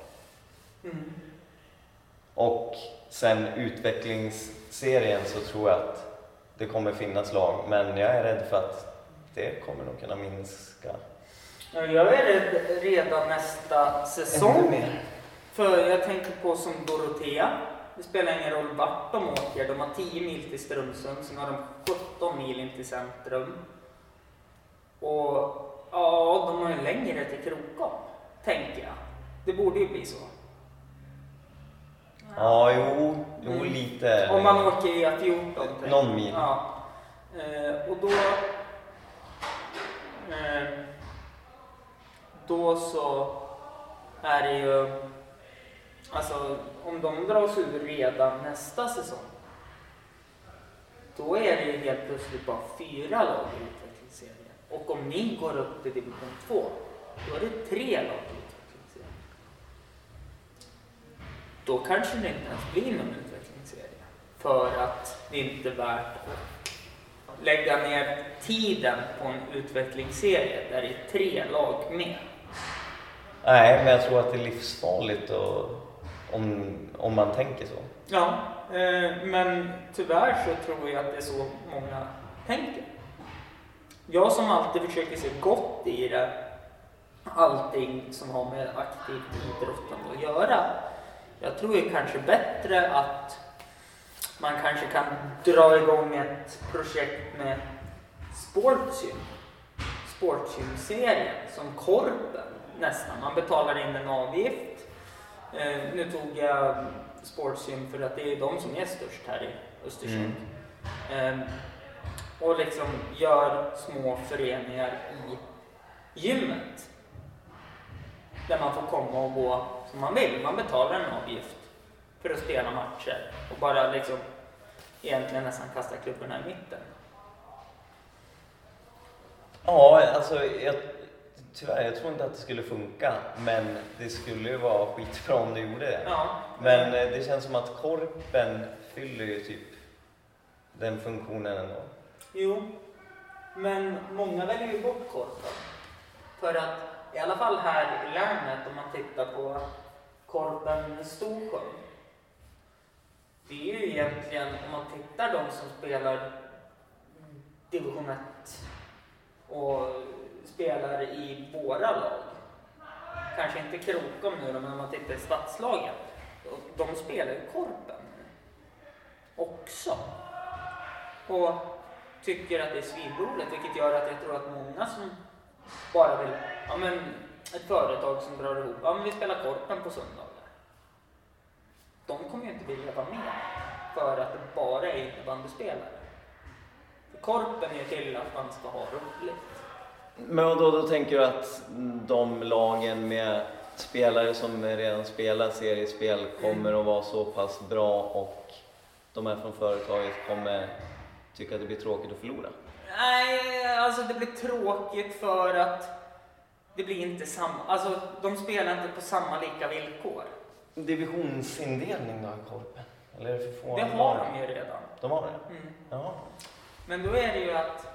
Och sen utvecklingsserien så tror jag att det kommer finnas lag. Men jag är rädd för att det kommer nog kunna minska. Jag är rädd redan nästa säsong. För jag tänker på som Dorotea. Det spelar ingen roll vart de åker. De har 10 mil till Strömsund. Sen har de 17 mil in till centrum. Och ja, de har ju längre till Krokom, tänker jag. Det borde ju bli så. Ja, jo lite. Om man åker i A14. Någon mil. Ja. Och då så är det ju, alltså om de dras ur redan nästa säsong, då är det ju helt plötsligt bara 4 lag i utvecklingsserien. Och om ni går upp till division 2, då är det 3 lag i utvecklingsserien. Då kanske det inte ens blir någon utvecklingsserie. För att det inte är värt att lägga ner tiden på en utvecklingsserie där det är 3 lag med. Nej, men jag tror att det är livsfarligt om man tänker så. Ja, men tyvärr så tror jag att det är så många tänker. Jag som alltid försöker se gott i det, allting som har med aktivt idrottande att göra. Jag tror ju kanske bättre att man kanske kan dra igång ett projekt med Sportsgym-serien som Korpen nästan. Man betalar in en avgift. Nu tog jag Sportsgym för att det är de som är störst här i Östersund. Och liksom gör små föreningar i gymmet. Där man får komma och gå som man vill. Man betalar en avgift för att spela matcher. Och bara liksom egentligen nästan kasta klubborna i mitten. Ja, alltså tyvärr, jag tror inte att det skulle funka. Men det skulle ju vara skitbra om det gjorde det. Ja. Men det känns som att Korpen fyller ju typ den funktionen ändå. Jo, men många väljer ju bort Korpen. För att i alla fall här i länet, om man tittar på Korpen Storsjön, det är ju egentligen, om man tittar de som spelar division 1 och spelar i våra lag, kanske inte Krokom nu men om man tittar i stadslagen, de spelar i Korpen också och tycker att det är svinroligt, vilket gör att jag tror att många som bara vill, ja men ett företag som drar ihop, ja men vi spelar Korpen på söndagar, de kommer ju inte vilja vara med för att det bara är innebandyspelare. För Korpen är till att man ska ha roligt. Men då tänker du att de lagen med spelare som redan spelar seriespel kommer att vara så pass bra och de här från företaget kommer tycka att det blir tråkigt att förlora? Nej, alltså det blir tråkigt för att det blir inte samma, alltså de spelar inte på samma lika villkor. Divisionsindelning då i Korpen? Eller är det för få? Det har de ju redan. De har det? Ja. Men då är det ju att,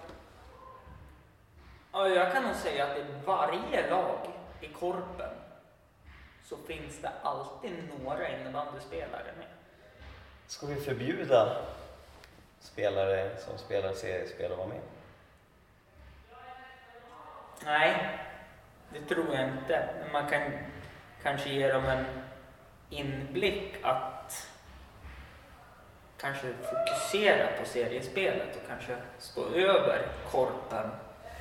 ja, jag kan nog säga att i varje lag i Korpen så finns det alltid några innebandyspelare med. Ska vi förbjuda spelare som spelar seriespel att vara med? Nej, det tror jag inte. Men man kan kanske ge dem en inblick att kanske fokusera på seriespelet och kanske stå över Korpen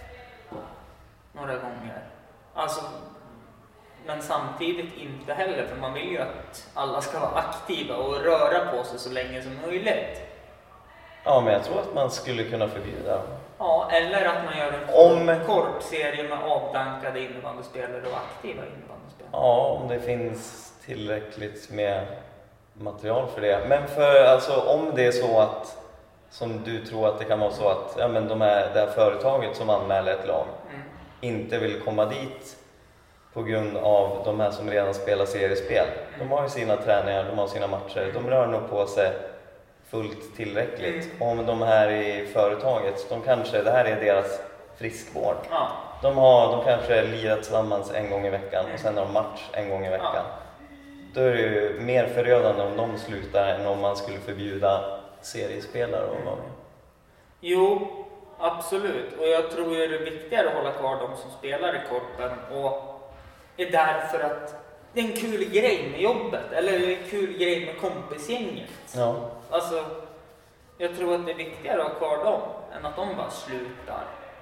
några gånger. Alltså, men samtidigt inte heller, för man vill ju att alla ska vara aktiva och röra på sig så länge som möjligt. Ja, men jag tror att man skulle kunna förbjuda. Ja, eller att man gör en korpserie med avdankade innebandyspelare och aktiva innebandyspelare. Ja, om det finns tillräckligt med material för det. Men för, alltså, om det är så att, som du tror att det kan vara så att ja, men det här företaget som anmäler ett lag inte vill komma dit på grund av de här som redan spelar seriespel. De har ju sina träningar, de har sina matcher, de rör nog på sig fullt tillräckligt. Om de här i företaget, det här är deras friskvård. Ja. De kanske lirar tillsammans en gång i veckan och sen har de match en gång i veckan. Ja. Då är det ju mer förödande om de slutar än om man skulle förbjuda seriespelare att vara med. Jo, absolut. Och jag tror det är viktigare att hålla kvar de som spelar i Korpen och är där för att det är en kul grej med jobbet eller det är en kul grej med kompisgänget. Ja. Alltså, jag tror att det är viktigare att ha kvar dem än att de bara slutar.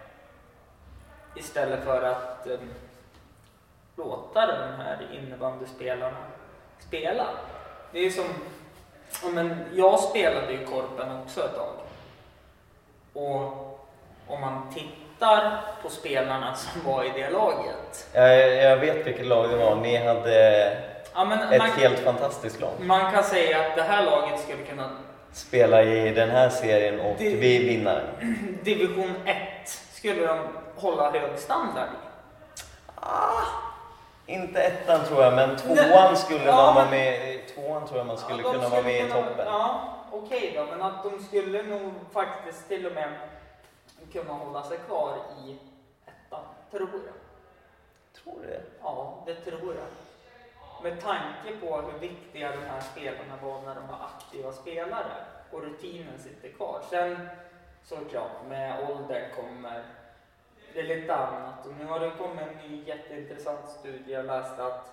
Istället för att låta de här innebandyspelarna spela. Det är som, ja, men jag spelade i Korpen också ett tag. Och om man tittar på spelarna som var i det laget. Jag vet vilket lag det var. Ni hade helt fantastiskt lag. Man kan säga att det här laget skulle kunna spela i den här serien och vi vinner. Division 1 skulle de hålla hög standard i. Inte ettan tror jag, men tvåan skulle man vara med. Tvåan tror jag man skulle kunna vara med i toppen. Ja, okej då, men att de skulle nog faktiskt till och med kunna hålla sig kvar i ettan, tror jag. Tror du det? Ja, det tror jag. Med tanke på hur viktiga de här spelarna var när de var aktiva spelare och rutinen sitter kvar. Sen såklart med åldern kommer det är lite annat. Och nu har det kommit en ny jätteintressant studie. Jag läste att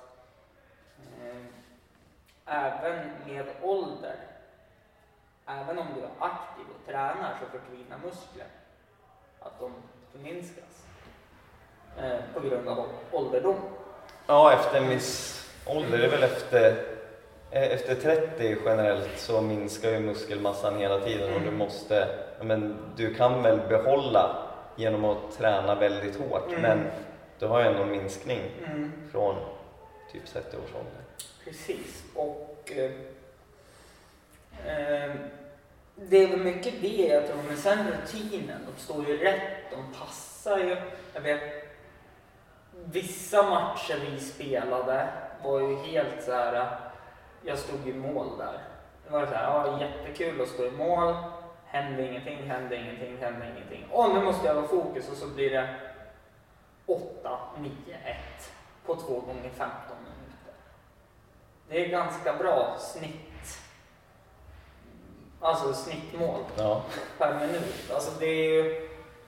även med ålder, även om du är aktiv och tränar så förtvinar muskler. Att de förminskas på grund av ålderdom. Ja, efter en viss ålder, det är väl efter 30 generellt så minskar ju muskelmassan hela tiden och du kan väl behålla genom att träna väldigt hårt, men du har ju ändå en minskning från typ 30 års ålder. Precis, och det är väl mycket det jag tror, men sen rutinen, de står ju rätt, de passar ju. Jag vet, vissa matcher vi spelade var ju helt så här. Jag stod i mål där. Det var så här, ja, jättekul att stå i mål. Hände ingenting. Och nu måste jag ha fokus och så blir det 8, 9, 1 på 2 gånger 15 minuter. Det är ganska bra snitt. Alltså snittmål per minut. Alltså det är ju...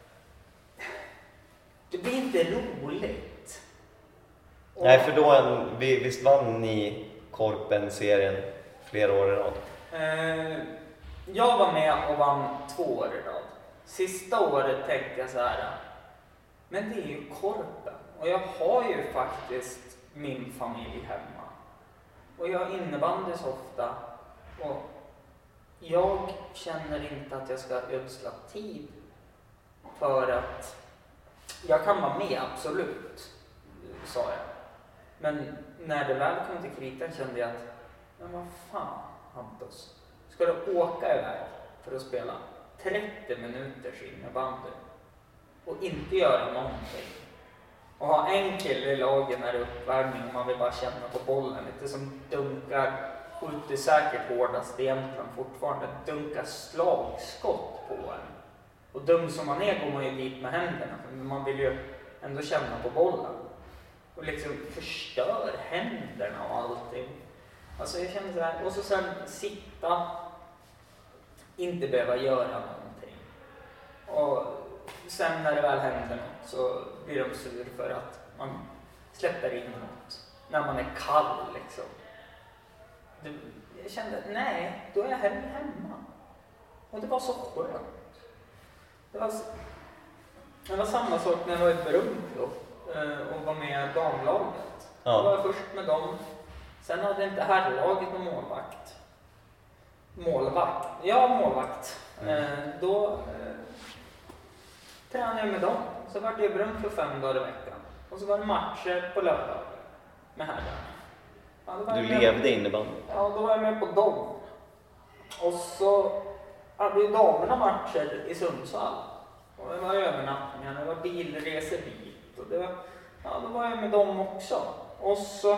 Det blir inte roligt. Nej, för då visst vann ni Korpen-serien flera år i rad? Jag var med och vann 2 år i rad. Sista året tänkte jag så här. Men det är ju Korpen. Och jag har ju faktiskt min familj hemma. Och jag innebandy så ofta. Och jag känner inte att jag ska ödsla tid för att jag kan vara med, absolut, sa jag. Men när det väl kom till kritan kände jag att, men vad fan, Hampus, ska du åka iväg för att spela 30 minuters innebandy och inte göra någonting? Och ha en kille i lagen när det är uppvärmning och man vill bara känna på bollen, lite som dunkar, skjuter säkert hårdast egentligen fortfarande, dunkar slagskott på en. Och dum som man är går man ju dit med händerna, men man vill ju ändå känna på bollen. Och liksom förstör händerna och allting. Alltså jag känner så här, och så sen sitta, inte behöva göra någonting. Och sen när det väl händer något så blir de sur för att man släpper in något. När man är kall liksom. Jag kände, nej, då är jag hemma. Och det var så skönt. Det var samma sak när jag var i Brunflo och var med damlaget. Ja. Då var jag först med dem. Sen hade inte herrlaget någon målvakt. Målvakt. Då tränade jag med dem. Så var det i Brunflo 5 dagar i veckan. Och så var det matcher på lördag med herrarna. Ja, du levde innebandy? Ja, då var jag med på dem. Och så hade ju damerna matcher i Sundsvall. Och det var övernattningar, det var bilresor dit. Och det var, ja, då var jag med dem också. Och så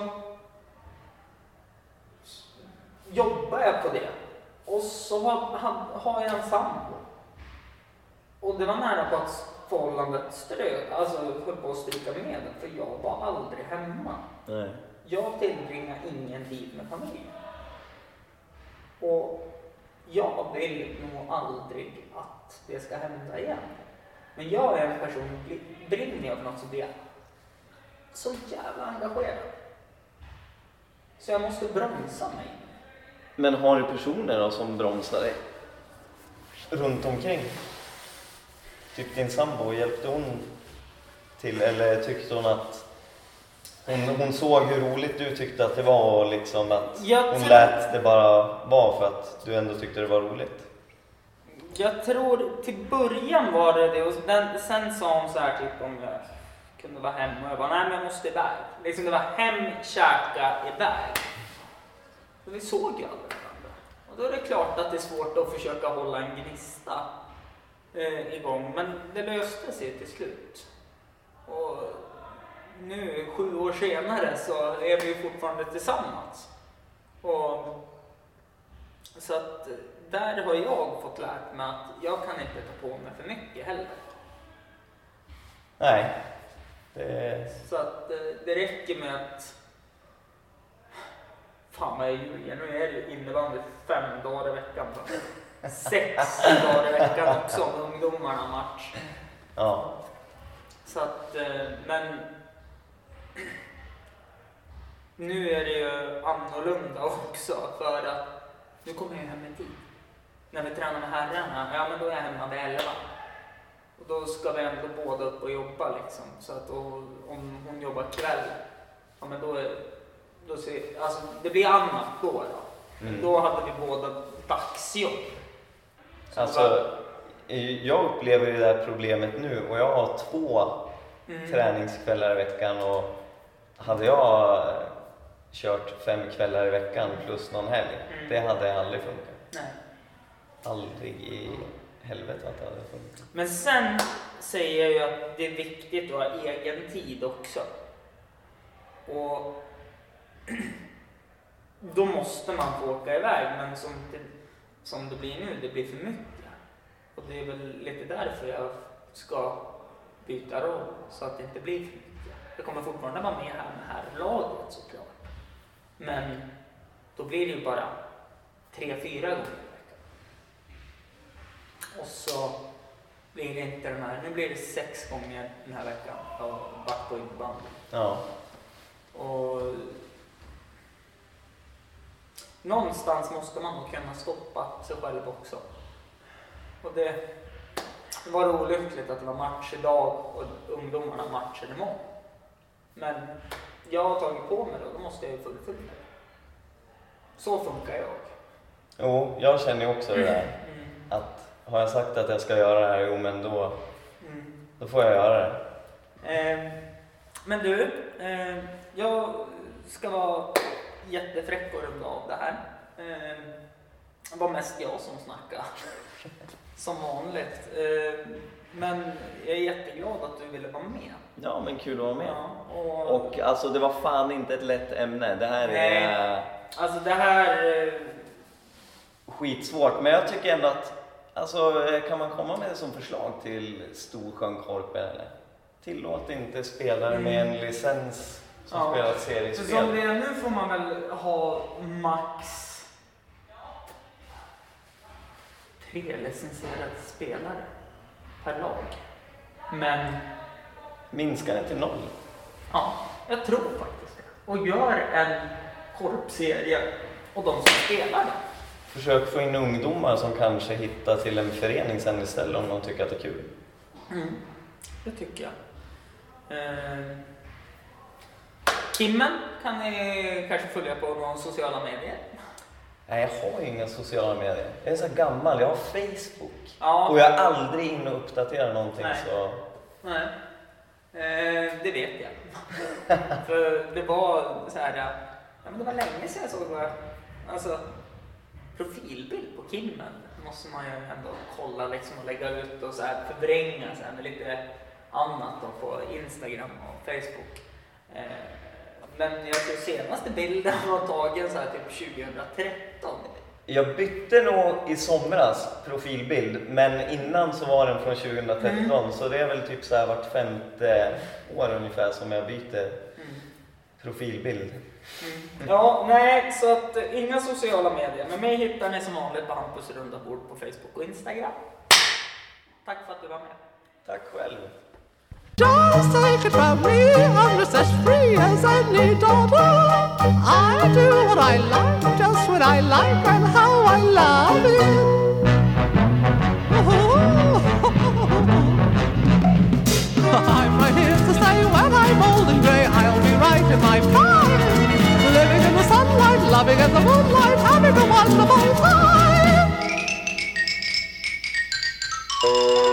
jobbade jag på det. Och så har jag en sambo. Och det var nära på att förhållandet höll på att stryka med. För jag var aldrig hemma. Nej. Jag tillbringar ingen tid med familjen. Och jag vill nog aldrig att det ska hända igen. Men jag är en person som brinner av något som blir så jävla engagerad. Så jag måste bromsa mig. Men har du personer då som bromsar dig? Runt omkring? Typ din sambo, hjälpte hon till? Eller tyckte hon att hon såg hur roligt du tyckte att det var och liksom att hon lät det bara vara för att du ändå tyckte det var roligt? Jag tror till början var det och sen sa hon så här typ om jag kunde vara hemma och jag bara nej men jag måste iväg. Liksom det var hem, käka, iväg. Och vi såg ju aldrig varandra. Och då är det klart att det är svårt att försöka hålla en gnista igång. Men det löste sig till slut. Och nu 7 år senare så är vi fortfarande tillsammans. Och så att där har jag fått lärt mig att jag kan inte ta på mig för mycket heller. Nej. Så att det räcker med att fan vad jag ljuger. Nu är det innebandy 5 dagar i veckan. 6 dagar i veckan också om ungdomarna match. Ja. Så att, men nu är det ju annorlunda också för att nu kommer jag hem i tid. När vi tränar med herrarna, ja men då är jag hemma vid 11. Och då ska vi ändå båda upp och jobba liksom. Så att om hon jobbar kväll, ja men då ser, alltså det blir annat då. Mm. Då hade vi båda dagsjobb. Alltså, jag upplever ju det här problemet nu och jag har 2 träningskvällar i veckan och hade jag kört 5 kvällar i veckan plus någon helg, det hade aldrig funkat. Nej. Aldrig i helvete att det hade funkat. Men sen säger jag ju att det är viktigt att ha egen tid också. Och då måste man få åka iväg, men som det blir nu, det blir för mycket. Och det är väl lite därför jag ska byta roll så att det inte blir för mycket. Jag kommer fortfarande vara med här laget såklart. Men då blir det ju bara 3-4 gånger i veckan. Och så blir det inte den här, nu blir det 6 gånger den här veckan av back på innebandy. Ja. Och någonstans måste man nog kunna stoppa sig själv också. Och det var olyckligt att det var match idag och ungdomarna matcher imorgon. Men jag har tagit på mig det och då måste jag ju fullfölja det. Så funkar jag. Jo, jag känner ju också det där. Att har jag sagt att jag ska göra det här, jo men då får jag göra det. Men du, jag ska vara jättefräck och runda av det här. Det var mest jag som snackade. Som vanligt. Men jag är jätteglad att du ville vara med. Ja, men kul att vara med. Ja, och alltså det var fan inte ett lätt ämne. Det här är... Alltså det här... skitsvårt. Men jag tycker ändå att... Alltså kan man komma med det som förslag till Storsjön-korpen eller? Tillåt inte spelare med en licens som spelar seriespel. Så som det är nu får man väl ha max 3 licensierade spelare per lag. Men... minskar det till 0? Ja, jag tror faktiskt det. Och gör en korpserie och de som spelar den. Försök få in ungdomar som kanske hittar till en förening sen istället om de tycker att det är kul. Det tycker jag. Kimmen kan ni kanske följa på några sociala medier. Nej, jag har ju inga sociala medier. Jag är så gammal, jag har Facebook. Ja. Och jag är aldrig inne och uppdaterar någonting. Nej. Så... Nej, det vet jag. För det var så här, ja, men det var länge sedan jag såg alltså, profilbild på Kimmen. Måste man ju ändå kolla liksom och lägga ut och så här förvränga så här med lite annat då på Instagram och Facebook. Men jag tror senaste bilden var tagen så här typ 2013. Jag bytte nog i somras profilbild, men innan så var den från 2013. Så det är väl typ så här vart 5:e år ungefär som jag byter profilbild. Ja, nej, så att inga sociala medier. Men mig hittar ni som vanligt på Hampus runda bord på Facebook och Instagram. Tack för att du var med. Tack själv. Just take it from me, I'm just as free as any daughter. I do what I like, just what I like, and how I love it. I'm right here to stay when I'm old and grey. I'll be right in my prime, living in the sunlight, loving in the moonlight, having a wonderful time.